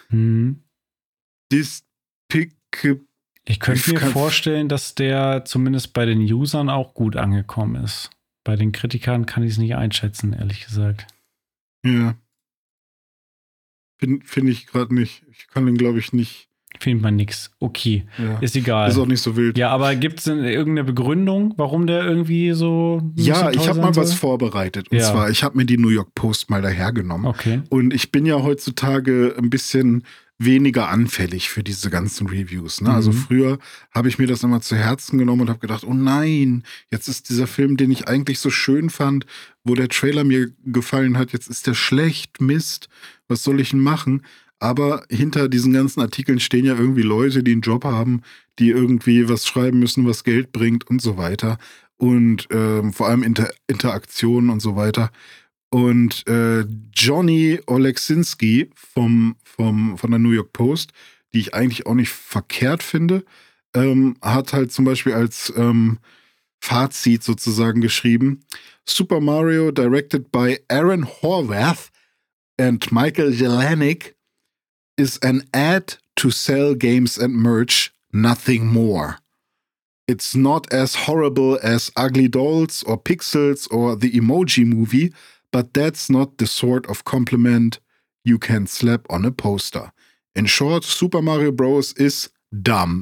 Speaker 2: Ich könnte mir vorstellen, dass der zumindest bei den Usern auch gut angekommen ist. Bei den Kritikern kann ich es nicht einschätzen, ehrlich gesagt.
Speaker 1: Ja. Finde ich gerade nicht. Ich kann den, glaube ich, nicht.
Speaker 2: Findet man nix. Okay,
Speaker 1: Ja.
Speaker 2: ist egal.
Speaker 1: Ist auch nicht so wild.
Speaker 2: Ja, aber gibt es denn irgendeine Begründung, warum der irgendwie so
Speaker 1: Ja, ich habe mal was
Speaker 2: vor.
Speaker 1: vorbereitet. Und
Speaker 2: Ja.
Speaker 1: zwar, ich habe mir die New York Post mal dahergenommen.
Speaker 2: Okay.
Speaker 1: Und ich bin ja heutzutage ein bisschen weniger anfällig für diese ganzen Reviews. Ne? Also früher habe ich mir das immer zu Herzen genommen und habe gedacht, oh nein, jetzt ist dieser Film, den ich eigentlich so schön fand, wo der Trailer mir gefallen hat, jetzt ist der schlecht, Mist, was soll ich denn machen? Aber hinter diesen ganzen Artikeln stehen ja irgendwie Leute, die einen Job haben, die irgendwie was schreiben müssen, was Geld bringt und so weiter. Und vor allem Interaktionen und so weiter. Und Johnny Oleksinski von der New York Post, die ich eigentlich auch nicht verkehrt finde, hat halt zum Beispiel als Fazit sozusagen geschrieben: Super Mario, directed by Aaron Horvath and Michael Jelenic, is an ad to sell games and merch, nothing more. It's not as horrible as Ugly Dolls or Pixels or the Emoji Movie, but that's not the sort of compliment you can slap on a poster. In short, Super Mario Bros. Is dumb.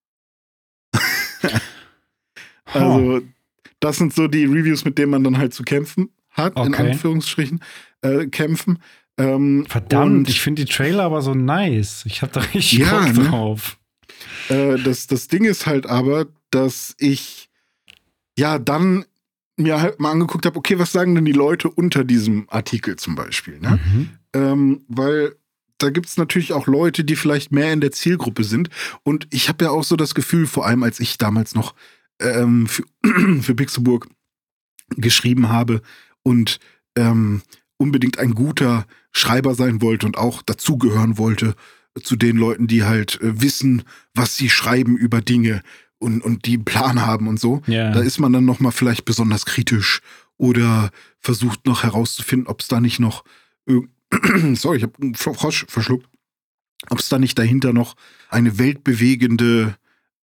Speaker 1: Also, das sind so die Reviews, mit denen man dann halt zu kämpfen hat, in
Speaker 2: Okay.
Speaker 1: Anführungsstrichen, kämpfen.
Speaker 2: Verdammt,
Speaker 1: und
Speaker 2: ich finde die Trailer aber so nice. Ich habe da richtig
Speaker 1: Ja,
Speaker 2: Bock
Speaker 1: ne?
Speaker 2: drauf.
Speaker 1: das Ding ist halt aber, dass ich ja dann mir halt mal angeguckt habe, okay, was sagen denn die Leute unter diesem Artikel zum Beispiel, ne? Weil da gibt es natürlich auch Leute, die vielleicht mehr in der Zielgruppe sind. Und ich habe ja auch so das Gefühl, vor allem als ich damals noch für Pixelburg geschrieben habe und unbedingt ein guter Schreiber sein wollte und auch dazugehören wollte zu den Leuten, die halt wissen, was sie schreiben über Dinge und die einen Plan haben und so.
Speaker 2: Ja.
Speaker 1: Da ist man dann noch mal vielleicht besonders kritisch oder versucht noch herauszufinden, ob es da nicht noch sorry, ich habe einen Frosch verschluckt. Ob es da nicht dahinter noch eine weltbewegende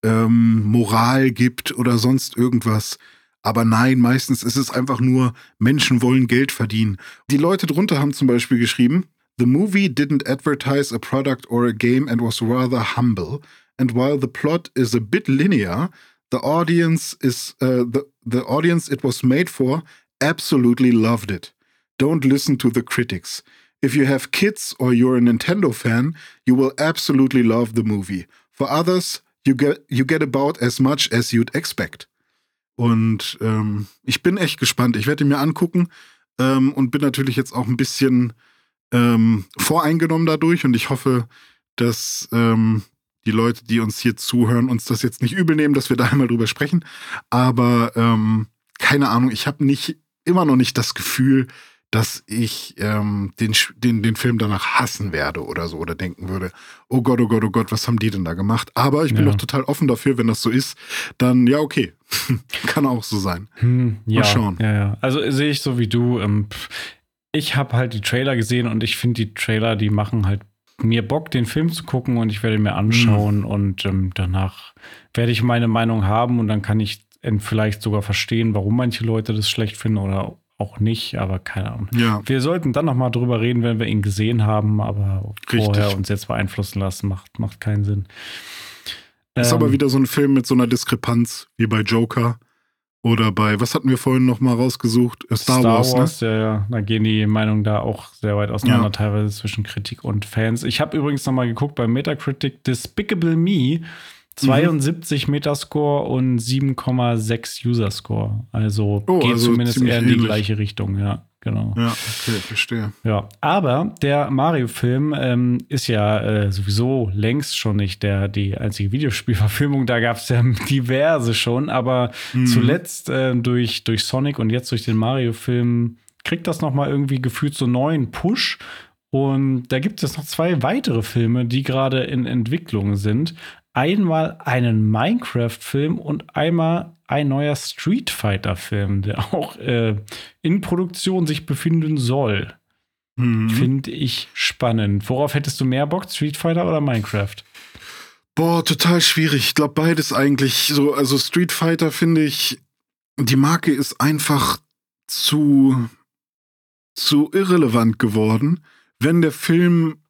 Speaker 1: Moral gibt oder sonst irgendwas. Aber nein, meistens ist es einfach nur, Menschen wollen Geld verdienen. Die Leute drunter haben zum Beispiel geschrieben: The movie didn't advertise a product or a game and was rather humble. And while the plot is a bit linear, the audience the audience it was made for absolutely loved it. Don't listen to the critics. If you have kids or you're a Nintendo fan, you will absolutely love the movie. For others, you get about as much as you'd expect. Und ich bin echt gespannt. Ich werde ihn mir angucken und bin natürlich jetzt auch ein bisschen voreingenommen dadurch. Und ich hoffe, dass die Leute, die uns hier zuhören, uns das jetzt nicht übel nehmen, dass wir da einmal drüber sprechen. Aber keine Ahnung, ich habe immer noch nicht das Gefühl, dass ich den Film danach hassen werde oder so oder denken würde, oh Gott, was haben die denn da gemacht? Aber ich bin doch total offen dafür, wenn das so ist, dann ja, okay. Kann auch so sein.
Speaker 2: Ja,
Speaker 1: Mal schauen.
Speaker 2: Ja. Also sehe ich so wie du. Ich habe halt die Trailer gesehen und ich finde, die Trailer, die machen halt mir Bock, den Film zu gucken, und ich werde ihn mir anschauen und danach werde ich meine Meinung haben und dann kann ich vielleicht sogar verstehen, warum manche Leute das schlecht finden oder auch nicht, aber keine Ahnung.
Speaker 1: Ja.
Speaker 2: Wir sollten dann noch mal drüber reden, wenn wir ihn gesehen haben, aber vorher
Speaker 1: Richtig.
Speaker 2: uns jetzt beeinflussen lassen, macht keinen Sinn.
Speaker 1: Ist aber wieder so ein Film mit so einer Diskrepanz wie bei Joker oder bei, was hatten wir vorhin noch mal rausgesucht? Star Wars, ne?
Speaker 2: Ja. Da gehen die Meinungen da auch sehr weit auseinander,
Speaker 1: Ja.
Speaker 2: teilweise zwischen Kritik und Fans. Ich habe übrigens noch mal geguckt bei Metacritic, Despicable Me, 72 Metascore und 7,6 User-Score. Also geht
Speaker 1: also
Speaker 2: zumindest
Speaker 1: ziemlich
Speaker 2: eher in die
Speaker 1: ähnlich.
Speaker 2: gleiche Richtung, ja, genau.
Speaker 1: Ja, okay, verstehe.
Speaker 2: Ja, aber der Mario-Film ist ja sowieso längst schon nicht die einzige Videospielverfilmung. Da gab es ja diverse schon, aber zuletzt durch Sonic und jetzt durch den Mario-Film kriegt das noch mal irgendwie gefühlt so einen neuen Push. Und da gibt es noch 2 weitere Filme, die gerade in Entwicklung sind. Einmal einen Minecraft-Film und einmal ein neuer Street Fighter-Film, der auch in Produktion sich befinden soll. Finde ich spannend. Worauf hättest du mehr Bock, Street Fighter oder Minecraft?
Speaker 1: Boah, total schwierig. Ich glaube, beides eigentlich so. Also Street Fighter finde ich, die Marke ist einfach zu irrelevant geworden. Wenn der Film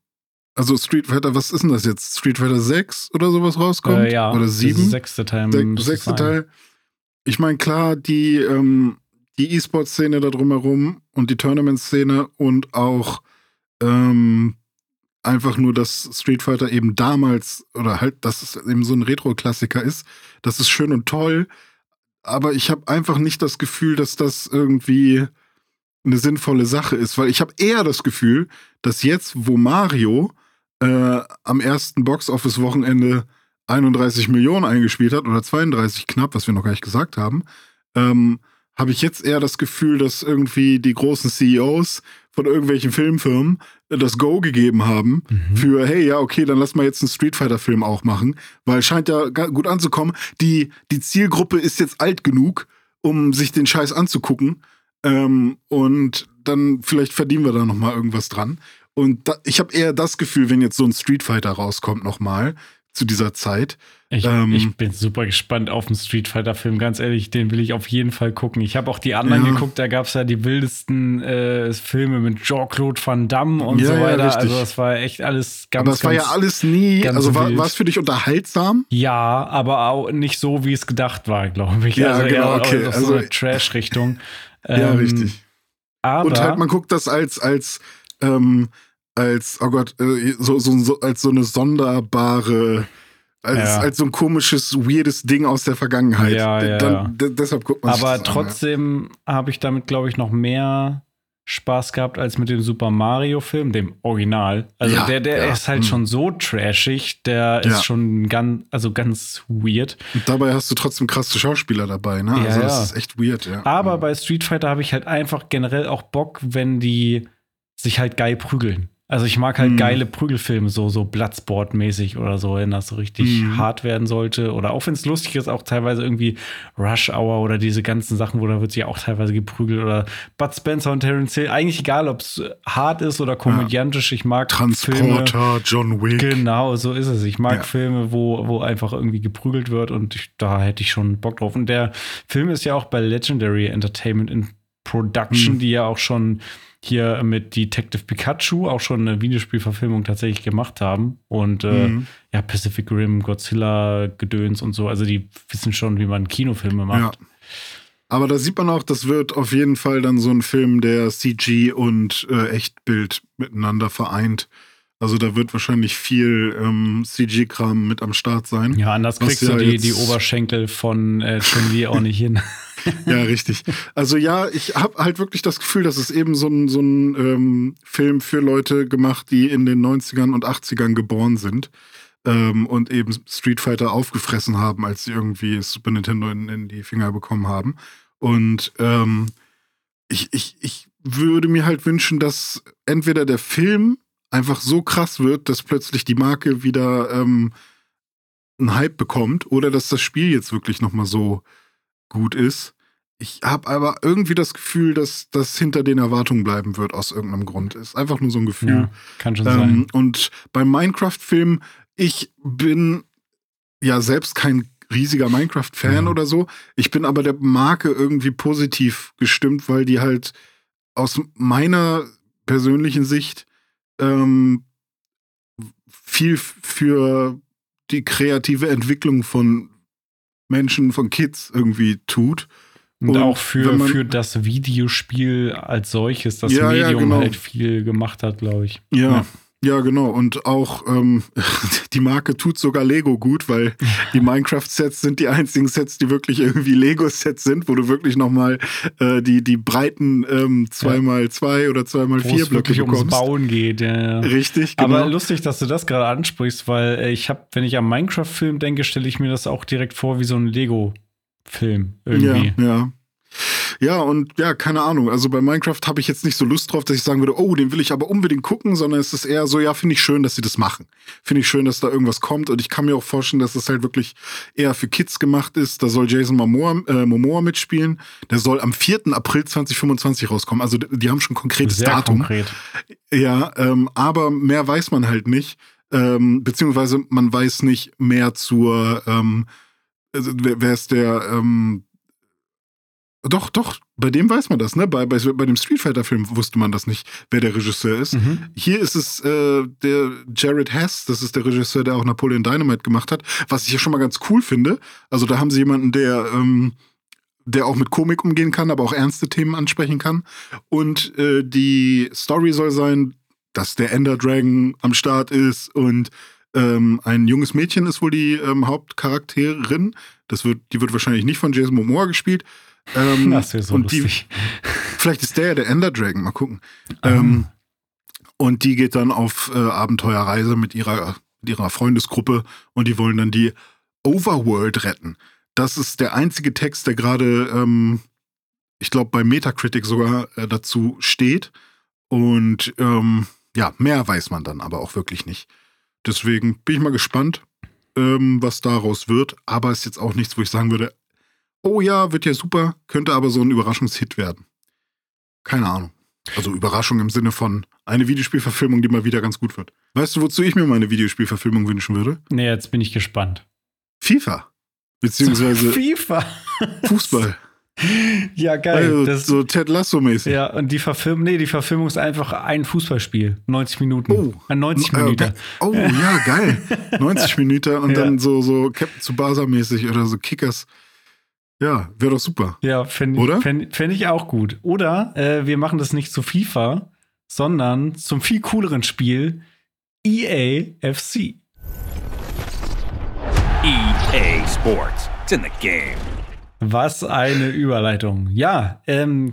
Speaker 1: also Street Fighter, was ist denn das jetzt? Street Fighter 6 oder sowas rauskommt?
Speaker 2: Ja,
Speaker 1: oder 7?
Speaker 2: Sechste Teil.
Speaker 1: Sechste Teil. Ich meine, klar, die E-Sport-Szene da drumherum und die Tournament-Szene und auch einfach nur, dass Street Fighter eben damals oder halt, dass es eben so ein Retro-Klassiker ist, das ist schön und toll, aber ich habe einfach nicht das Gefühl, dass das irgendwie eine sinnvolle Sache ist, weil ich habe eher das Gefühl, dass jetzt, wo Mario am ersten Box-Office-Wochenende 31 Millionen eingespielt hat oder 32 knapp, was wir noch gar nicht gesagt haben, habe ich jetzt eher das Gefühl, dass irgendwie die großen CEOs von irgendwelchen Filmfirmen das Go gegeben haben für, hey, ja, okay, dann lass mal jetzt einen Street Fighter-Film auch machen, weil scheint ja gut anzukommen. Die Zielgruppe ist jetzt alt genug, um sich den Scheiß anzugucken, und dann vielleicht verdienen wir da noch mal irgendwas dran. Und ich habe eher das Gefühl, wenn jetzt so ein Street Fighter rauskommt noch mal zu dieser Zeit.
Speaker 2: Ich bin super gespannt auf den Street Fighter-Film, ganz ehrlich, den will ich auf jeden Fall gucken. Ich habe auch die anderen geguckt, da gab es ja die wildesten Filme mit Jean-Claude Van Damme und so weiter. Ja, also das war echt alles ganz,
Speaker 1: aber es war ja alles nie, also war es für dich unterhaltsam?
Speaker 2: Ja, aber auch nicht so, wie es gedacht war, glaube ich.
Speaker 1: Ja,
Speaker 2: also
Speaker 1: genau, okay.
Speaker 2: Also so eine Trash-Richtung.
Speaker 1: Ja, richtig.
Speaker 2: Aber
Speaker 1: und halt, man guckt das als oh Gott, als so eine sonderbare, als so ein komisches, weirdes Ding aus der Vergangenheit. Deshalb guckt man sich das an. Aber
Speaker 2: trotzdem habe ich damit, glaube ich, noch mehr Spaß gehabt als mit dem Super Mario-Film, dem Original. Also der ist halt schon so trashig, der ist schon ganz weird.
Speaker 1: Und dabei hast du trotzdem krasse Schauspieler dabei, ne? Also das ist echt weird, ja.
Speaker 2: Aber bei Street Fighter habe ich halt einfach generell auch Bock, wenn die sich halt geil prügeln. Also ich mag halt geile Prügelfilme, so Bloodsport-mäßig oder so, wenn das so richtig hart werden sollte. Oder auch wenn es lustig ist, auch teilweise irgendwie Rush Hour oder diese ganzen Sachen, wo da wird sich auch teilweise geprügelt. Oder Bud Spencer und Terence Hill. Eigentlich egal, ob es hart ist oder komödiantisch. Ich mag
Speaker 1: Transporter, Filme, John Wick.
Speaker 2: Genau, so ist es. Ich mag Filme, wo einfach irgendwie geprügelt wird und da hätte ich schon Bock drauf. Und der Film ist ja auch bei Legendary Entertainment in Production, die ja auch schon hier mit Detective Pikachu auch schon eine Videospielverfilmung tatsächlich gemacht haben. Und Pacific Rim, Godzilla, Gedöns und so. Also die wissen schon, wie man Kinofilme macht.
Speaker 1: Ja. Aber da sieht man auch, das wird auf jeden Fall dann so ein Film, der CG und Echtbild miteinander vereint. Also da wird wahrscheinlich viel CG-Kram mit am Start sein.
Speaker 2: Ja, anders kriegst du die Oberschenkel von Chun-Li auch nicht hin.
Speaker 1: Ja, richtig. Also ja, ich habe halt wirklich das Gefühl, dass es eben so ein Film für Leute gemacht, die in den 90ern und 80ern geboren sind und eben Street Fighter aufgefressen haben, als sie irgendwie Super Nintendo in die Finger bekommen haben. Und ich würde mir halt wünschen, dass entweder der Film einfach so krass wird, dass plötzlich die Marke wieder einen Hype bekommt oder dass das Spiel jetzt wirklich nochmal so gut ist. Ich habe aber irgendwie das Gefühl, dass das hinter den Erwartungen bleiben wird aus irgendeinem Grund. Ist einfach nur so ein Gefühl.
Speaker 2: Ja, kann schon sein.
Speaker 1: Und beim Minecraft-Film, ich bin ja selbst kein riesiger Minecraft-Fan oder so. Ich bin aber der Marke irgendwie positiv gestimmt, weil die halt aus meiner persönlichen Sicht viel für die kreative Entwicklung von Menschen, von Kids irgendwie tut.
Speaker 2: Und auch für das Videospiel als solches, das Medium halt viel gemacht hat, glaube ich.
Speaker 1: Ja, genau. Und auch die Marke tut sogar Lego gut, weil die Minecraft-Sets sind die einzigen Sets, die wirklich irgendwie Lego-Sets sind, wo du wirklich nochmal die breiten 2x2 oder 2x4 Blöcke bekommst.
Speaker 2: Ums Bauen geht. Ja.
Speaker 1: Richtig, genau.
Speaker 2: Aber lustig, dass du das gerade ansprichst, weil wenn ich am Minecraft-Film denke, stelle ich mir das auch direkt vor wie so ein Lego-Film irgendwie.
Speaker 1: Ja, und ja, keine Ahnung. Also bei Minecraft habe ich jetzt nicht so Lust drauf, dass ich sagen würde, oh, den will ich aber unbedingt gucken, sondern es ist eher so, ja, finde ich schön, dass sie das machen. Finde ich schön, dass da irgendwas kommt. Und ich kann mir auch vorstellen, dass es halt wirklich eher für Kids gemacht ist. Da soll Jason Momoa mitspielen. Der soll am 4. April 2025 rauskommen. Also die haben schon ein konkretes Datum.
Speaker 2: Konkret.
Speaker 1: Ja, aber mehr weiß man halt nicht. Beziehungsweise man weiß nicht mehr zur, wer ist der, Doch, bei dem weiß man das, ne? Bei dem Street Fighter-Film wusste man das nicht, wer der Regisseur ist. Hier ist es der Jared Hess, das ist der Regisseur, der auch Napoleon Dynamite gemacht hat, was ich ja schon mal ganz cool finde. Also da haben sie jemanden, der auch mit Komik umgehen kann, aber auch ernste Themen ansprechen kann. Und die Story soll sein, dass der Ender Dragon am Start ist und ein junges Mädchen ist wohl die Hauptcharakterin. Die wird wahrscheinlich nicht von Jason Momoa gespielt.
Speaker 2: Das wäre so lustig.
Speaker 1: Vielleicht ist der Ender Dragon, mal gucken. Und die geht dann auf Abenteuerreise mit ihrer Freundesgruppe und die wollen dann die Overworld retten. Das ist der einzige Text, der gerade, ich glaube, bei Metacritic sogar dazu steht. Und mehr weiß man dann aber auch wirklich nicht. Deswegen bin ich mal gespannt, was daraus wird. Aber ist jetzt auch nichts, wo ich sagen würde, oh ja, wird ja super, könnte aber so ein Überraschungshit werden. Keine Ahnung. Also Überraschung im Sinne von eine Videospielverfilmung, die mal wieder ganz gut wird. Weißt du, wozu ich mir meine Videospielverfilmung wünschen würde?
Speaker 2: Nee, jetzt bin ich gespannt.
Speaker 1: FIFA. Beziehungsweise
Speaker 2: FIFA.
Speaker 1: Fußball.
Speaker 2: Ja, geil.
Speaker 1: Also, so Ted Lasso-mäßig.
Speaker 2: Ja, und die Verfilmung ist einfach ein Fußballspiel. 90 Minuten. Oh. Ein 90 Minuten.
Speaker 1: Oh, ja, geil. 90 Minuten und dann so Captain Tsubasa-mäßig oder so Kickers. Ja, wäre doch super.
Speaker 2: Ja, fänd ich auch gut. Oder wir machen das nicht zu FIFA, sondern zum viel cooleren Spiel EA FC.
Speaker 4: EA Sports. It's in the game.
Speaker 2: Was eine Überleitung. Ja,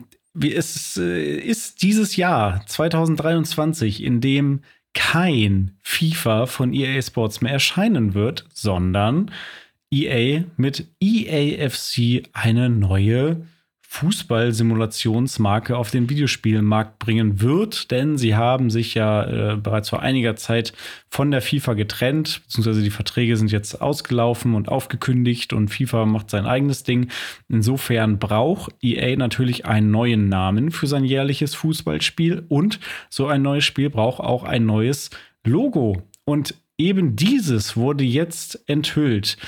Speaker 2: es ist dieses Jahr 2023, in dem kein FIFA von EA Sports mehr erscheinen wird, sondern EA mit EA FC eine neue Fußball-Simulationsmarke auf den Videospielmarkt bringen wird, denn sie haben sich ja bereits vor einiger Zeit von der FIFA getrennt, beziehungsweise die Verträge sind jetzt ausgelaufen und aufgekündigt und FIFA macht sein eigenes Ding. Insofern braucht EA natürlich einen neuen Namen für sein jährliches Fußballspiel und so ein neues Spiel braucht auch ein neues Logo. Und eben dieses wurde jetzt enthüllt.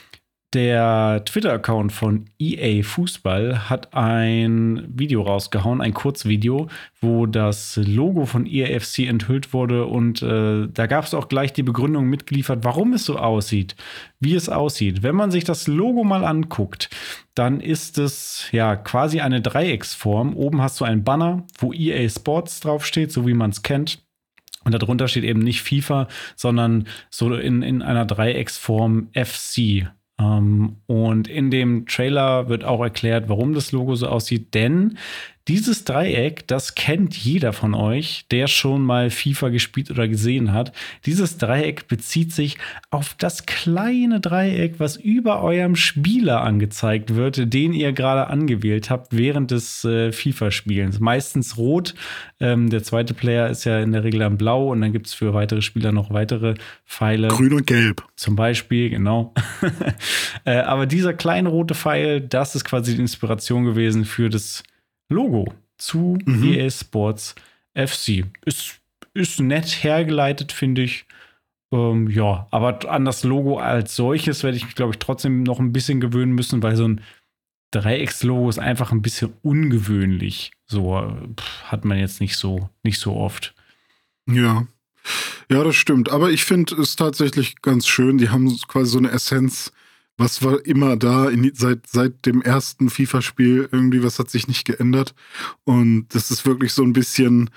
Speaker 2: Der Twitter-Account von EA Fußball hat ein Video rausgehauen, ein Kurzvideo, wo das Logo von EA FC enthüllt wurde und da gab es auch gleich die Begründung mitgeliefert, warum es so aussieht, wie es aussieht. Wenn man sich das Logo mal anguckt, dann ist es ja quasi eine Dreiecksform. Oben hast du einen Banner, wo EA Sports draufsteht, so wie man es kennt. Und darunter steht eben nicht FIFA, sondern so in einer Dreiecksform FC. Und in dem Trailer wird auch erklärt, warum das Logo so aussieht, denn dieses Dreieck, das kennt jeder von euch, der schon mal FIFA gespielt oder gesehen hat. Dieses Dreieck bezieht sich auf das kleine Dreieck, was über eurem Spieler angezeigt wird, den ihr gerade angewählt habt während des FIFA-Spielens. Meistens rot, der zweite Player ist ja in der Regel dann blau und dann gibt es für weitere Spieler noch weitere Pfeile.
Speaker 1: Grün und gelb.
Speaker 2: Zum Beispiel, genau. Aber dieser kleine rote Pfeil, das ist quasi die Inspiration gewesen für das Logo zu EA Sports FC. Ist nett hergeleitet, finde ich. Ja, aber an das Logo als solches werde ich mich, glaube ich, trotzdem noch ein bisschen gewöhnen müssen, weil so ein Dreieckslogo ist einfach ein bisschen ungewöhnlich. So hat man jetzt nicht so oft.
Speaker 1: Ja. Ja, das stimmt. Aber ich finde es tatsächlich ganz schön. Die haben quasi so eine Essenz. Was war immer da seit dem ersten FIFA-Spiel irgendwie, was hat sich nicht geändert? Und das ist wirklich so ein bisschen,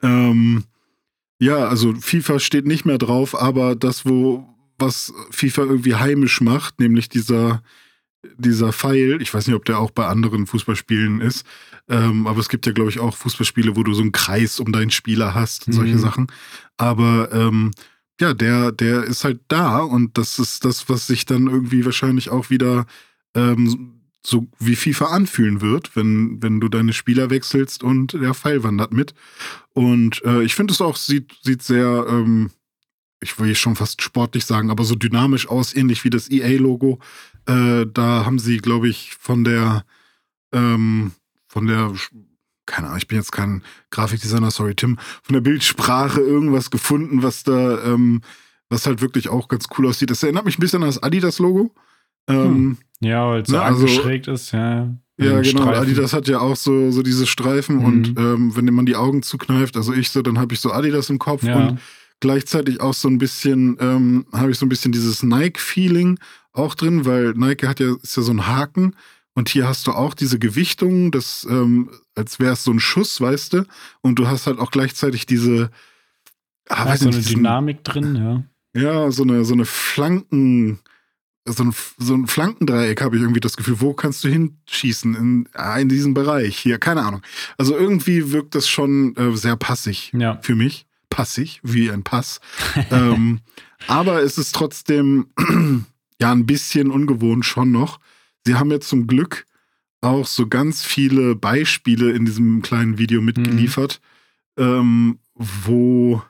Speaker 1: also FIFA steht nicht mehr drauf, aber was FIFA irgendwie heimisch macht, nämlich dieser Pfeil, ich weiß nicht, ob der auch bei anderen Fußballspielen ist, aber es gibt ja, glaube ich, auch Fußballspiele, wo du so einen Kreis um deinen Spieler hast und solche Sachen. Aber der ist halt da und das ist das, was sich dann irgendwie wahrscheinlich auch wieder so wie FIFA anfühlen wird, wenn du deine Spieler wechselst und der Pfeil wandert mit. Und ich finde es auch, sieht sehr, ich will schon fast sportlich sagen, aber so dynamisch aus, ähnlich wie das EA-Logo. Da haben sie, glaube ich, von der keine Ahnung, ich bin jetzt kein Grafikdesigner, sorry Tim, von der Bildsprache irgendwas gefunden, was da, was halt wirklich auch ganz cool aussieht. Das erinnert mich ein bisschen an das Adidas-Logo.
Speaker 2: Ja, weil es so angeschrägt ist, ja.
Speaker 1: Ja, genau.
Speaker 2: Streifen.
Speaker 1: Adidas hat ja auch so diese Streifen und wenn man die Augen zukneift, also dann habe ich so Adidas im Kopf und gleichzeitig auch so ein bisschen, habe ich so ein bisschen dieses Nike-Feeling auch drin, weil Nike ist ja so ein Haken und hier hast du auch diese Gewichtung, das, als wäre es so ein Schuss, weißt du, und du hast halt auch gleichzeitig diese,
Speaker 2: so eine Dynamik drin, ja.
Speaker 1: Ja, so eine Flanken, so ein Flankendreieck habe ich irgendwie das Gefühl, wo kannst du hinschießen in diesem Bereich hier, keine Ahnung. Also irgendwie wirkt das schon sehr passig für mich. Passig, wie ein Pass. Aber es ist trotzdem ja ein bisschen ungewohnt schon noch. Sie haben jetzt zum Glück auch so ganz viele Beispiele in diesem kleinen Video mitgeliefert, wo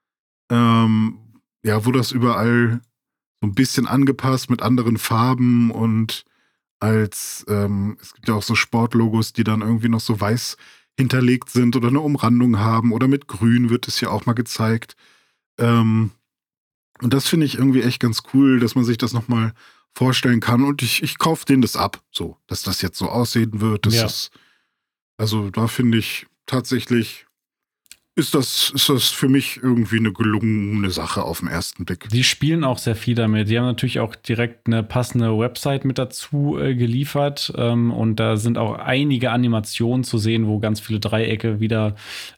Speaker 1: das überall so ein bisschen angepasst mit anderen Farben und es gibt ja auch so Sportlogos, die dann irgendwie noch so weiß hinterlegt sind oder eine Umrandung haben oder mit Grün wird es ja auch mal gezeigt. Und das finde ich irgendwie echt ganz cool, dass man sich das nochmal vorstellen kann und ich kaufe denen das ab, so, dass das jetzt so aussehen wird. Also da finde ich tatsächlich ist das für mich irgendwie eine gelungene Sache auf den ersten Blick.
Speaker 2: Die spielen auch sehr viel damit. Die haben natürlich auch direkt eine passende Website mit dazu geliefert. Und da sind auch einige Animationen zu sehen, wo ganz viele Dreiecke wieder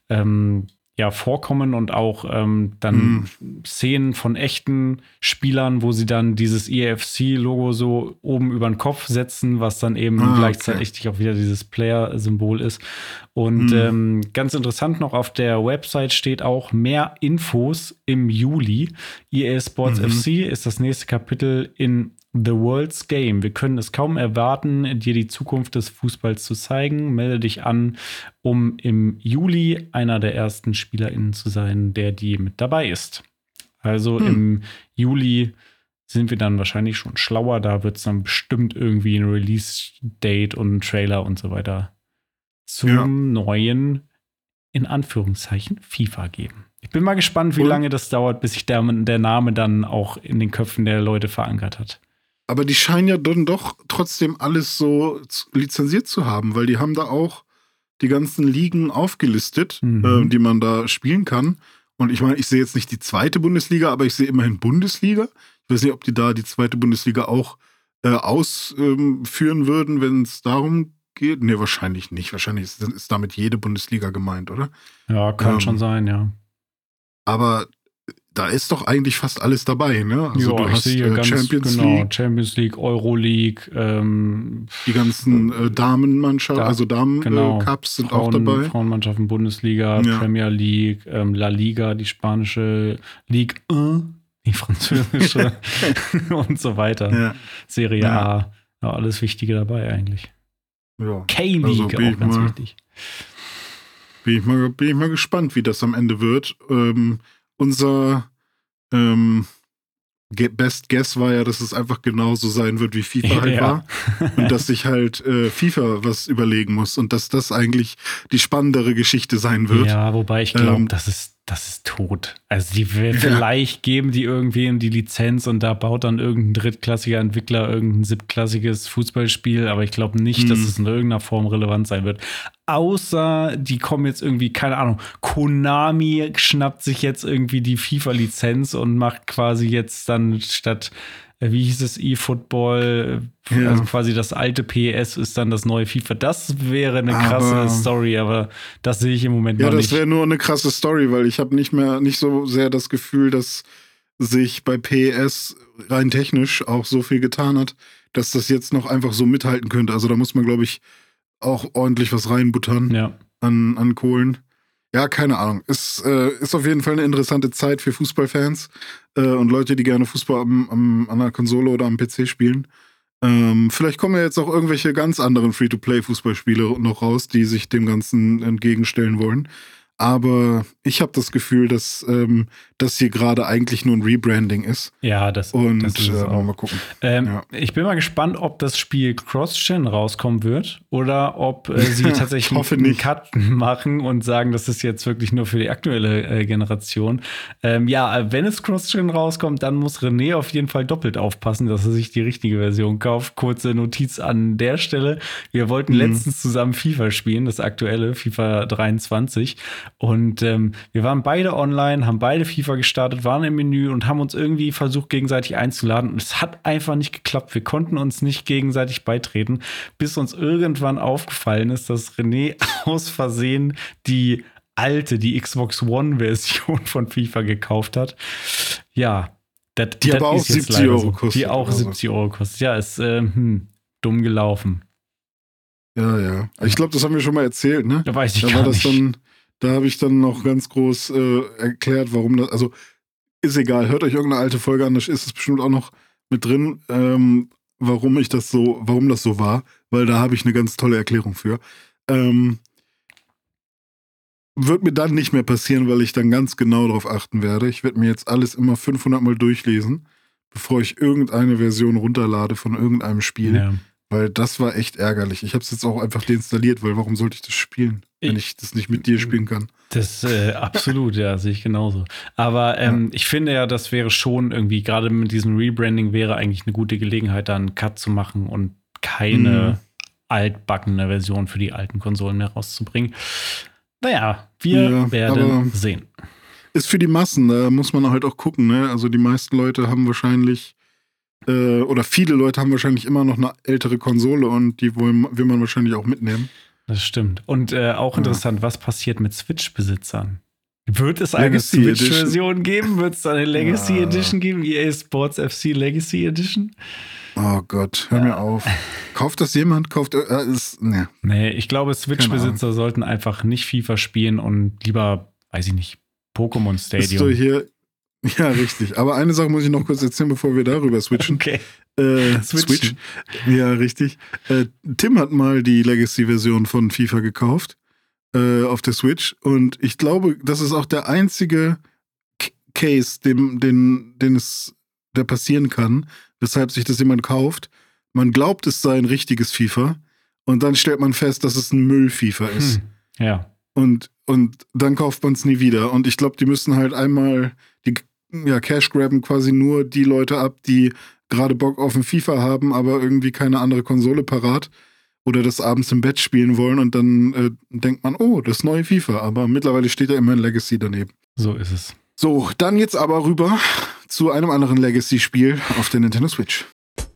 Speaker 2: vorkommen und auch dann Szenen von echten Spielern, wo sie dann dieses EFC-Logo so oben über den Kopf setzen, was dann eben gleichzeitig auch wieder dieses Player-Symbol ist. Und ganz interessant noch, auf der Website steht auch mehr Infos im Juli. EA Sports FC ist das nächste Kapitel in The World's Game. Wir können es kaum erwarten, dir die Zukunft des Fußballs zu zeigen. Melde dich an, um im Juli einer der ersten SpielerInnen zu sein, der die mit dabei ist. Also im Juli sind wir dann wahrscheinlich schon schlauer. Da wird es dann bestimmt irgendwie ein Release-Date und einen Trailer und so weiter zum neuen, in Anführungszeichen, FIFA geben. Ich bin mal gespannt, wie lange das dauert, bis sich der Name dann auch in den Köpfen der Leute verankert hat.
Speaker 1: Aber die scheinen ja dann doch trotzdem alles so lizenziert zu haben, weil die haben da auch die ganzen Ligen aufgelistet, die man da spielen kann. Und ich meine, ich sehe jetzt nicht die zweite Bundesliga, aber ich sehe immerhin Bundesliga. Ich weiß nicht, ob die da die zweite Bundesliga auch ausführen würden, wenn es darum geht. Nee, wahrscheinlich nicht. Wahrscheinlich ist damit jede Bundesliga gemeint, oder?
Speaker 2: Ja, kann schon sein, ja.
Speaker 1: Aber da ist doch eigentlich fast alles dabei, ne? Also du hast Champions League.
Speaker 2: Champions League, Euroleague,
Speaker 1: die ganzen Damenmannschaften, also Damen-Cups sind auch dabei.
Speaker 2: Frauenmannschaften, Bundesliga, Premier League, La Liga, die spanische Ligue 1, die französische und so weiter. Ja. Serie A, ja, alles Wichtige dabei eigentlich.
Speaker 1: Ja.
Speaker 2: K-League, also auch ganz wichtig.
Speaker 1: Bin ich mal gespannt, wie das am Ende wird. Unser Best Guess war ja, dass es einfach genauso sein wird, wie FIFA halt war. Und dass sich halt FIFA was überlegen muss und dass das eigentlich die spannendere Geschichte sein wird.
Speaker 2: Ja, wobei ich glaube, das ist tot. Also vielleicht geben die irgendwem die Lizenz und da baut dann irgendein drittklassiger Entwickler irgendein siebtklassiges Fußballspiel, aber ich glaube nicht, dass es in irgendeiner Form relevant sein wird. Außer die kommen jetzt irgendwie, keine Ahnung, Konami schnappt sich jetzt irgendwie die FIFA-Lizenz und macht quasi jetzt dann statt, wie hieß es, eFootball, also quasi das alte PES ist dann das neue FIFA. Das wäre eine krasse Story, aber das sehe ich im Moment noch nicht. Ja, das
Speaker 1: wäre nur eine krasse Story, weil ich habe nicht so sehr das Gefühl, dass sich bei PES rein technisch auch so viel getan hat, dass das jetzt noch einfach so mithalten könnte. Also da muss man, glaube ich, auch ordentlich was reinbuttern an Kohlen. Ja, keine Ahnung. Es ist auf jeden Fall eine interessante Zeit für Fußballfans und Leute, die gerne Fußball an einer Konsole oder am PC spielen. Vielleicht kommen ja jetzt auch irgendwelche ganz anderen Free-to-Play-Fußballspiele noch raus, die sich dem Ganzen entgegenstellen wollen. Aber ich habe das Gefühl, dass das hier gerade eigentlich nur ein Rebranding ist.
Speaker 2: Ja, das ist es auch.
Speaker 1: Mal gucken.
Speaker 2: Ich bin mal gespannt, ob das Spiel Cross-Gen rauskommen wird oder ob sie tatsächlich einen Cut machen und sagen, das ist jetzt wirklich nur für die aktuelle Generation. Wenn es Cross-Gen rauskommt, dann muss René auf jeden Fall doppelt aufpassen, dass er sich die richtige Version kauft. Kurze Notiz an der Stelle. Wir wollten letztens zusammen FIFA spielen, das aktuelle FIFA 23. Und wir waren beide online, haben beide FIFA gestartet, waren im Menü und haben uns irgendwie versucht, gegenseitig einzuladen. Und es hat einfach nicht geklappt. Wir konnten uns nicht gegenseitig beitreten, bis uns irgendwann aufgefallen ist, dass René aus Versehen die Xbox One-Version von FIFA gekauft hat. Ja,
Speaker 1: die aber auch 70 Euro kostet.
Speaker 2: Die auch 70 Euro kostet. Ja, ist dumm gelaufen.
Speaker 1: Ja. Ich glaube, das haben wir schon mal erzählt, ne?
Speaker 2: Da weiß ich gar nicht.
Speaker 1: Da habe ich dann noch ganz groß erklärt, warum das, also ist egal, hört euch irgendeine alte Folge an, da ist es bestimmt auch noch mit drin, warum das so war, weil da habe ich eine ganz tolle Erklärung für. Wird mir dann nicht mehr passieren, weil ich dann ganz genau darauf achten werde. Ich werde mir jetzt alles immer 500 Mal durchlesen, bevor ich irgendeine Version runterlade von irgendeinem Spiel. Ja. Weil das war echt ärgerlich. Ich habe es jetzt auch einfach deinstalliert, weil warum sollte ich das spielen, wenn ich das nicht mit dir spielen kann?
Speaker 2: Das absolut, ja, sehe ich genauso. Aber ich finde ja, das wäre schon irgendwie, gerade mit diesem Rebranding wäre eigentlich eine gute Gelegenheit, da einen Cut zu machen und keine altbackene Version für die alten Konsolen mehr rauszubringen. Naja, wir werden sehen.
Speaker 1: Ist für die Massen, da muss man halt auch gucken, ne? Also die meisten Leute haben wahrscheinlich oder viele Leute haben wahrscheinlich immer noch eine ältere Konsole und die will man wahrscheinlich auch mitnehmen.
Speaker 2: Das stimmt. Und auch interessant, was passiert mit Switch-Besitzern? Wird es eine Switch-Version geben? Wird es eine Legacy Edition geben? EA Sports FC Legacy Edition?
Speaker 1: Oh Gott, hör mir auf. Kauft das jemand?
Speaker 2: Nee, ich glaube, Switch-Besitzer sollten einfach nicht FIFA spielen und lieber, weiß ich nicht, Pokémon Stadium.
Speaker 1: Bist du hier? Ja, richtig. Aber eine Sache muss ich noch kurz erzählen, bevor wir darüber switchen.
Speaker 2: Okay.
Speaker 1: Switch. Ja, richtig. Tim hat mal die Legacy-Version von FIFA gekauft auf der Switch. Und ich glaube, das ist auch der einzige Case, der passieren kann, weshalb sich das jemand kauft. Man glaubt, es sei ein richtiges FIFA. Und dann stellt man fest, dass es ein Müll-FIFA ist.
Speaker 2: Ja.
Speaker 1: Und dann kauft man es nie wieder. Und ich glaube, die müssen halt einmal Cash grabben quasi nur die Leute ab, die gerade Bock auf ein FIFA haben, aber irgendwie keine andere Konsole parat oder das abends im Bett spielen wollen und dann denkt man, oh, das neue FIFA, aber mittlerweile steht ja immer ein Legacy daneben.
Speaker 2: So ist es.
Speaker 1: So, dann jetzt aber rüber zu einem anderen Legacy-Spiel auf der Nintendo Switch.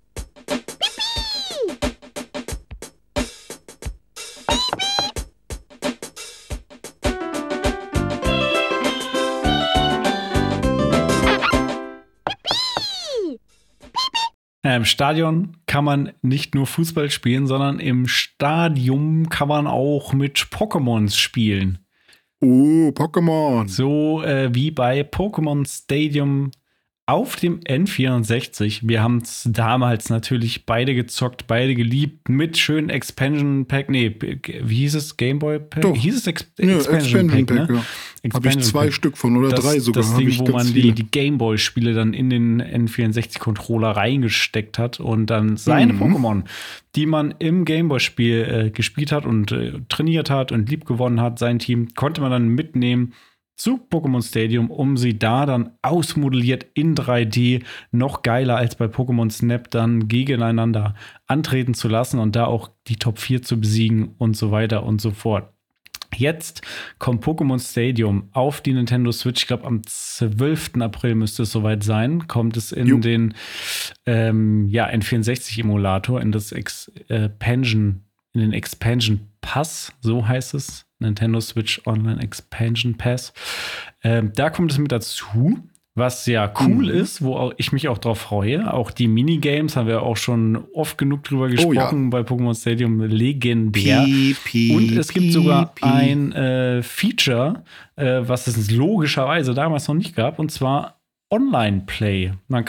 Speaker 2: Im Stadion kann man nicht nur Fußball spielen, sondern im Stadion kann man auch mit Pokémons spielen.
Speaker 1: Oh, Pokémon.
Speaker 2: So wie bei Pokémon Stadium auf dem N64. Wir haben es damals natürlich beide gezockt, beide geliebt, mit schönen Expansion Pack. Nee, wie hieß es? Game Boy Pack?
Speaker 1: Doch.
Speaker 2: Hieß es Expansion Pack, ne?
Speaker 1: Ja. Habe ich 2 Stück von oder 3 sogar.
Speaker 2: Das Ding, wo man die Game Boy Spiele dann in den N64-Controller reingesteckt hat und dann seine Pokémon, die man im Game Boy Spiel gespielt hat und trainiert hat und lieb gewonnen hat, sein Team, konnte man dann mitnehmen zu Pokémon Stadium, um sie da dann ausmodelliert in 3D, noch geiler als bei Pokémon Snap, dann gegeneinander antreten zu lassen und da auch die Top 4 zu besiegen und so weiter und so fort. Jetzt kommt Pokémon Stadium auf die Nintendo Switch. Ich glaube, am 12. April müsste es soweit sein. Kommt es in den N64-Emulator, in den Expansion Pass, so heißt es. Nintendo Switch Online Expansion Pass. Da kommt es mit dazu, was ja cool ist, wo auch ich mich auch drauf freue. Auch die Minigames haben wir auch schon oft genug drüber gesprochen bei Pokémon Stadium. Legendär. Und es gibt sogar ein Feature, was es logischerweise damals noch nicht gab, und zwar Online-Play. Man kann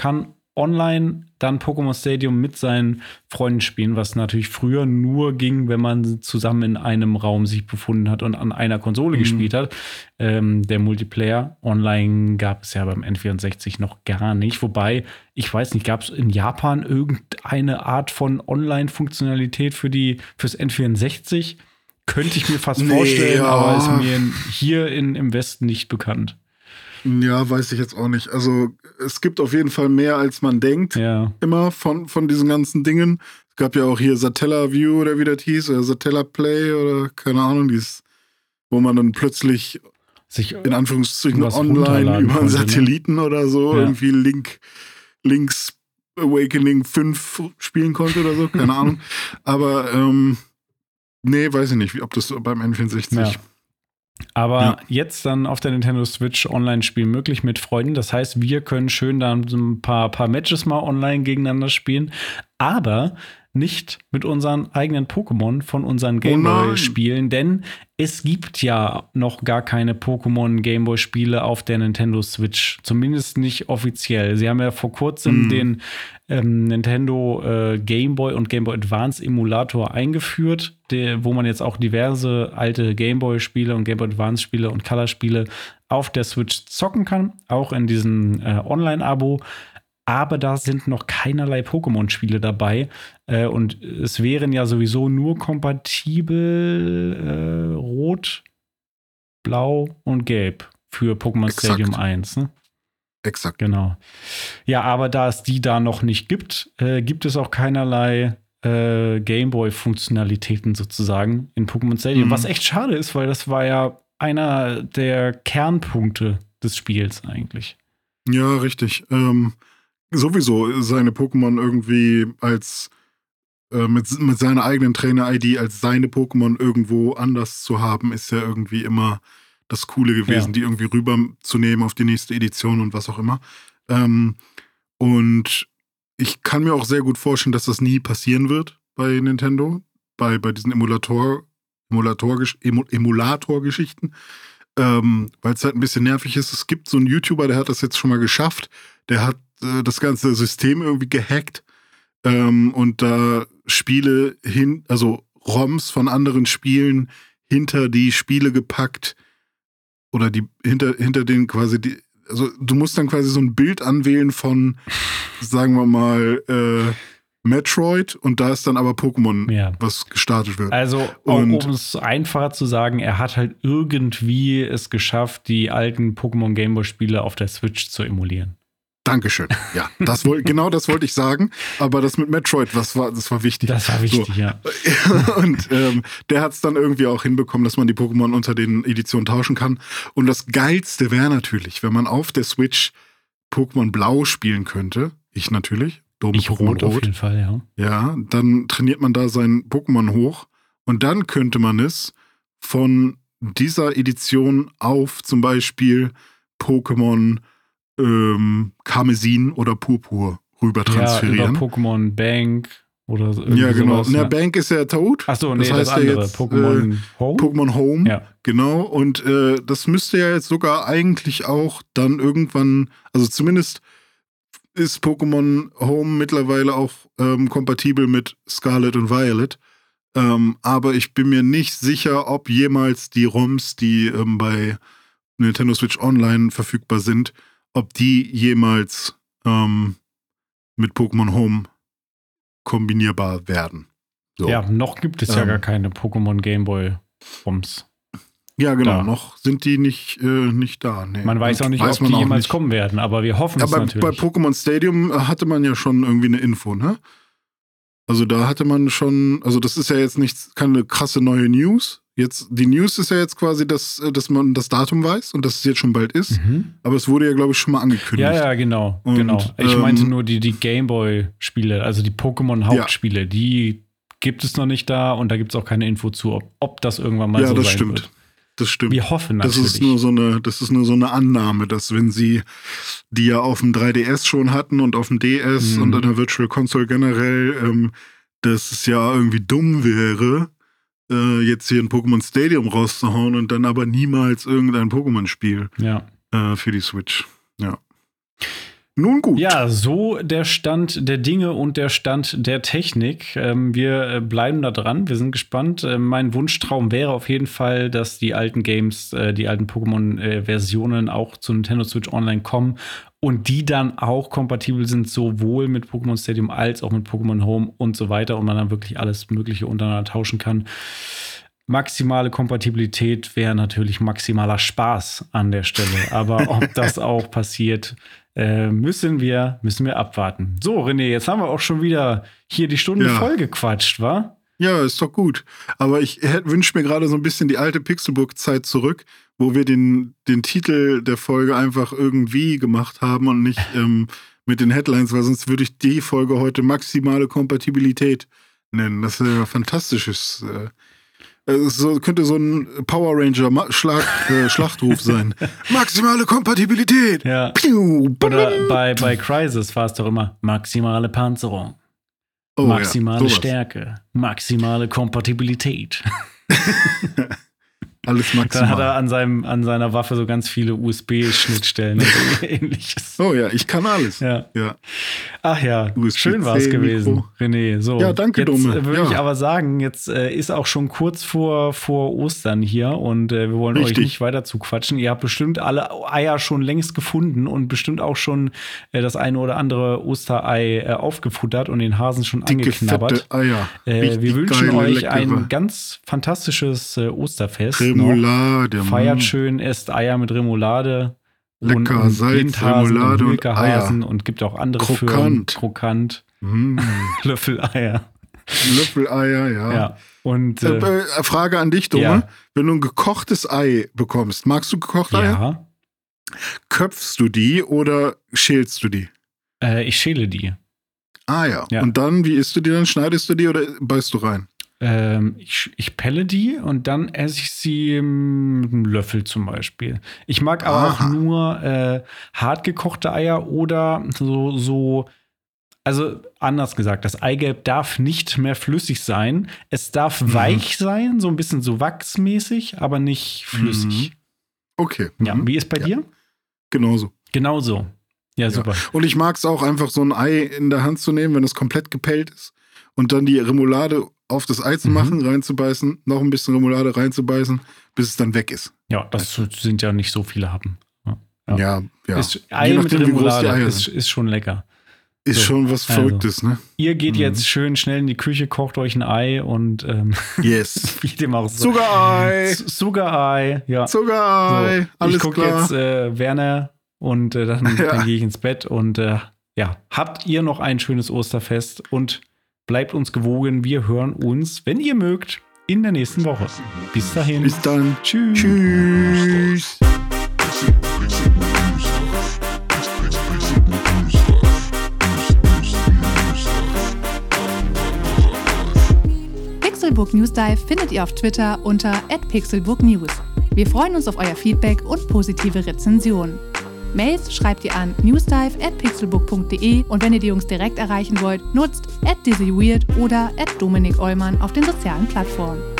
Speaker 2: online dann Pokémon Stadium mit seinen Freunden spielen, was natürlich früher nur ging, wenn man zusammen in einem Raum sich befunden hat und an einer Konsole gespielt hat. Der Multiplayer online gab es ja beim N64 noch gar nicht. Wobei, ich weiß nicht, gab es in Japan irgendeine Art von Online-Funktionalität fürs N64? Könnte ich mir fast vorstellen, aber ist mir hier im Westen nicht bekannt.
Speaker 1: Ja, weiß ich jetzt auch nicht. Also es gibt auf jeden Fall mehr, als man denkt.
Speaker 2: Ja.
Speaker 1: Immer von diesen ganzen Dingen. Es gab ja auch hier Satellaview oder wie das hieß, oder Satellaplay oder keine Ahnung, wo man dann plötzlich sich in Anführungszeichen online über einen Satelliten oder so irgendwie Link's Awakening 5 spielen konnte oder so, keine Ahnung. Aber nee, weiß ich nicht, ob das beim N64
Speaker 2: ja. Aber jetzt dann auf der Nintendo Switch Online-Spiel möglich mit Freunden. Das heißt, wir können schön dann so ein paar Matches mal online gegeneinander spielen, aber nicht mit unseren eigenen Pokémon von unseren Gameboy-Spielen, denn es gibt ja noch gar keine Pokémon-Gameboy-Spiele auf der Nintendo Switch. Zumindest nicht offiziell. Sie haben ja vor kurzem den Nintendo Game Boy und Game Boy Advance Emulator eingeführt, wo man jetzt auch diverse alte Game Boy Spiele und Game Boy Advance Spiele und Color Spiele auf der Switch zocken kann, auch in diesem Online-Abo. Aber da sind noch keinerlei Pokémon-Spiele dabei. Und es wären ja sowieso nur kompatibel Rot, Blau und Gelb für Pokémon Stadium 1. Ne?
Speaker 1: Exakt.
Speaker 2: Genau. Ja, aber da es die da noch nicht gibt, gibt es auch keinerlei Gameboy-Funktionalitäten sozusagen in Pokémon Stadium. Was echt schade ist, weil das war ja einer der Kernpunkte des Spiels eigentlich.
Speaker 1: Ja, richtig. Sowieso seine Pokémon irgendwie als mit seiner eigenen Trainer-ID als seine Pokémon irgendwo anders zu haben, ist ja irgendwie immer das Coole gewesen, die irgendwie rüberzunehmen auf die nächste Edition und was auch immer. Und ich kann mir auch sehr gut vorstellen, dass das nie passieren wird bei Nintendo, bei diesen Emulator-Geschichten, weil es halt ein bisschen nervig ist. Es gibt so einen YouTuber, der hat das jetzt schon mal geschafft, der hat das ganze System irgendwie gehackt und da Spiele also ROMs von anderen Spielen hinter die Spiele gepackt oder die hinter denen quasi also du musst dann quasi so ein Bild anwählen von, sagen wir mal, Metroid und da ist dann aber Pokémon, was gestartet wird.
Speaker 2: Also, um es einfacher zu sagen, er hat halt irgendwie es geschafft, die alten Pokémon Gameboy-Spiele auf der Switch zu emulieren.
Speaker 1: Dankeschön. Ja, genau das wollte ich sagen. Aber das mit Metroid, das war wichtig.
Speaker 2: Das war wichtig, so. Ja.
Speaker 1: Und der hat es dann irgendwie auch hinbekommen, dass man die Pokémon unter den Editionen tauschen kann. Und das Geilste wäre natürlich, wenn man auf der Switch Pokémon Blau spielen könnte. Ich natürlich.
Speaker 2: Ich Rot auf jeden Fall, ja.
Speaker 1: Ja, dann trainiert man da sein Pokémon hoch. Und dann könnte man es von dieser Edition auf zum Beispiel Pokémon Karmesin oder Purpur rüber transferieren.
Speaker 2: Ja, über Pokémon Bank oder so.
Speaker 1: Ja, genau.
Speaker 2: Sowas,
Speaker 1: Bank ist ja tot.
Speaker 2: Achso, nee, das andere. Jetzt, Pokémon Home?
Speaker 1: Pokémon Home,
Speaker 2: ja.
Speaker 1: Genau. Und das müsste ja jetzt sogar eigentlich auch dann irgendwann, also zumindest ist Pokémon Home mittlerweile auch kompatibel mit Scarlet und Violet. Aber ich bin mir nicht sicher, ob jemals die ROMs, die bei Nintendo Switch Online verfügbar sind, ob die jemals mit Pokémon Home kombinierbar werden. So.
Speaker 2: Ja, noch gibt es ja gar keine Pokémon Gameboy ROMs.
Speaker 1: Ja, genau, noch sind die nicht da. Nee.
Speaker 2: Man weiß auch nicht, ob die jemals kommen werden, aber wir hoffen es natürlich.
Speaker 1: Bei Pokémon Stadium hatte man ja schon irgendwie eine Info, ne? Also da hatte man schon, also das ist ja jetzt keine krasse neue News. Jetzt, die News ist ja jetzt quasi, dass man das Datum weiß und dass es jetzt schon bald ist. Aber es wurde ja, glaube ich, schon mal angekündigt.
Speaker 2: Ja, genau. Ich meinte nur die Gameboy-Spiele, also die Pokémon-Hauptspiele, die gibt es noch nicht da und da gibt es auch keine Info zu, ob das irgendwann mal so sein wird.
Speaker 1: Das stimmt.
Speaker 2: Wir hoffen natürlich.
Speaker 1: Das ist nur so eine Annahme, dass wenn sie die ja auf dem 3DS schon hatten und auf dem DS und an der Virtual Console generell, dass es ja irgendwie dumm wäre, jetzt hier ein Pokémon Stadium rauszuhauen und dann aber niemals irgendein Pokémon-Spiel für die Switch. Ja. Nun gut.
Speaker 2: Ja, so der Stand der Dinge und der Stand der Technik. Wir bleiben da dran, wir sind gespannt. Mein Wunschtraum wäre auf jeden Fall, dass die alten Games, die alten Pokémon-Versionen auch zu Nintendo Switch Online kommen und die dann auch kompatibel sind, sowohl mit Pokémon Stadium als auch mit Pokémon Home und so weiter und man dann wirklich alles Mögliche untereinander tauschen kann. Maximale Kompatibilität wäre natürlich maximaler Spaß an der Stelle. Aber ob das auch passiert, müssen wir abwarten. So, René, jetzt haben wir auch schon wieder hier die Stunde voll gequatscht, wa?
Speaker 1: Ja, ist doch gut. Aber ich wünsche mir gerade so ein bisschen die alte Pixelbook-Zeit zurück, wo wir den Titel der Folge einfach irgendwie gemacht haben und nicht mit den Headlines, weil sonst würde ich die Folge heute maximale Kompatibilität nennen. Das ist ja fantastisches. Könnte so ein Power Ranger Schlachtruf sein. Maximale Kompatibilität.
Speaker 2: Ja.
Speaker 1: Piu,
Speaker 2: oder bei Crysis war es doch immer maximale Panzerung, maximale Stärke, maximale Kompatibilität.
Speaker 1: Alles maximal.
Speaker 2: Dann hat er an seiner Waffe so ganz viele USB-Schnittstellen und ähnliches.
Speaker 1: Oh ja, ich kann alles.
Speaker 2: Ja.
Speaker 1: Ja.
Speaker 2: Ach ja, schön war es gewesen, René. So,
Speaker 1: ja, danke, Dumme.
Speaker 2: Jetzt würde ich aber sagen, jetzt ist auch schon kurz vor Ostern hier und wir wollen euch nicht weiter zuquatschen. Ihr habt bestimmt alle Eier schon längst gefunden und bestimmt auch schon das eine oder andere Osterei aufgefuttert und den Hasen schon angeknabbert.
Speaker 1: Fette Eier.
Speaker 2: Wir wünschen euch
Speaker 1: leckere.
Speaker 2: ein ganz fantastisches Osterfest.
Speaker 1: Remoulade.
Speaker 2: Feiert schön, esst Eier mit Remoulade.
Speaker 1: Lecker,
Speaker 2: und
Speaker 1: Salz,
Speaker 2: Blindhasen
Speaker 1: Remoulade
Speaker 2: und
Speaker 1: und
Speaker 2: Milkahasen und gibt auch andere Firmen. Krokant. Löffeleier.
Speaker 1: Löffeleier, ja.
Speaker 2: Und
Speaker 1: Frage an dich, Dumme.
Speaker 2: Ja.
Speaker 1: Wenn du ein gekochtes Ei bekommst, magst du gekochte Eier?
Speaker 2: Ja.
Speaker 1: Köpfst du die oder schälst du die?
Speaker 2: Ich schäle die.
Speaker 1: Ah ja.
Speaker 2: Ja.
Speaker 1: Und dann, wie isst du die dann? Schneidest du die oder beißt du rein?
Speaker 2: Ich pelle die und dann esse ich sie mit einem Löffel zum Beispiel. Ich mag aber auch nur hart gekochte Eier oder also anders gesagt, das Eigelb darf nicht mehr flüssig sein. Es darf weich sein, so ein bisschen so wachsmäßig, aber nicht flüssig.
Speaker 1: Okay.
Speaker 2: Ja, wie ist bei dir?
Speaker 1: Genauso.
Speaker 2: Genauso. Ja, super.
Speaker 1: Und ich mag es auch einfach, so ein Ei in der Hand zu nehmen, wenn es komplett gepellt ist und dann die Remoulade auf das Ei zu machen, reinzubeißen, noch ein bisschen Remoulade reinzubeißen, bis es dann weg ist.
Speaker 2: Ja, das sind ja nicht so viele Happen.
Speaker 1: Ja.
Speaker 2: Ei mit Remoulade ist schon lecker.
Speaker 1: Ist schon was Verrücktes, ne?
Speaker 2: Ihr geht jetzt schön schnell in die Küche, kocht euch ein Ei und
Speaker 1: yes.
Speaker 2: wie dem auch so.
Speaker 1: Zuckerei,
Speaker 2: ja.
Speaker 1: Zuckerei,
Speaker 2: so,
Speaker 1: alles
Speaker 2: ich gucke jetzt Werner und dann gehe ich ins Bett und habt ihr noch ein schönes Osterfest und bleibt uns gewogen. Wir hören uns, wenn ihr mögt, in der nächsten Woche. Bis dahin.
Speaker 1: Bis dann.
Speaker 2: Tschüss.
Speaker 1: Tschüss.
Speaker 3: Pixelbook News Dive findet ihr auf Twitter unter @pixelbooknews. Wir freuen uns auf euer Feedback und positive Rezensionen. Mails schreibt ihr an newsdive@pixelbook.de und wenn ihr die Jungs direkt erreichen wollt, nutzt @dizzyweird oder @Dominik Eulmann auf den sozialen Plattformen.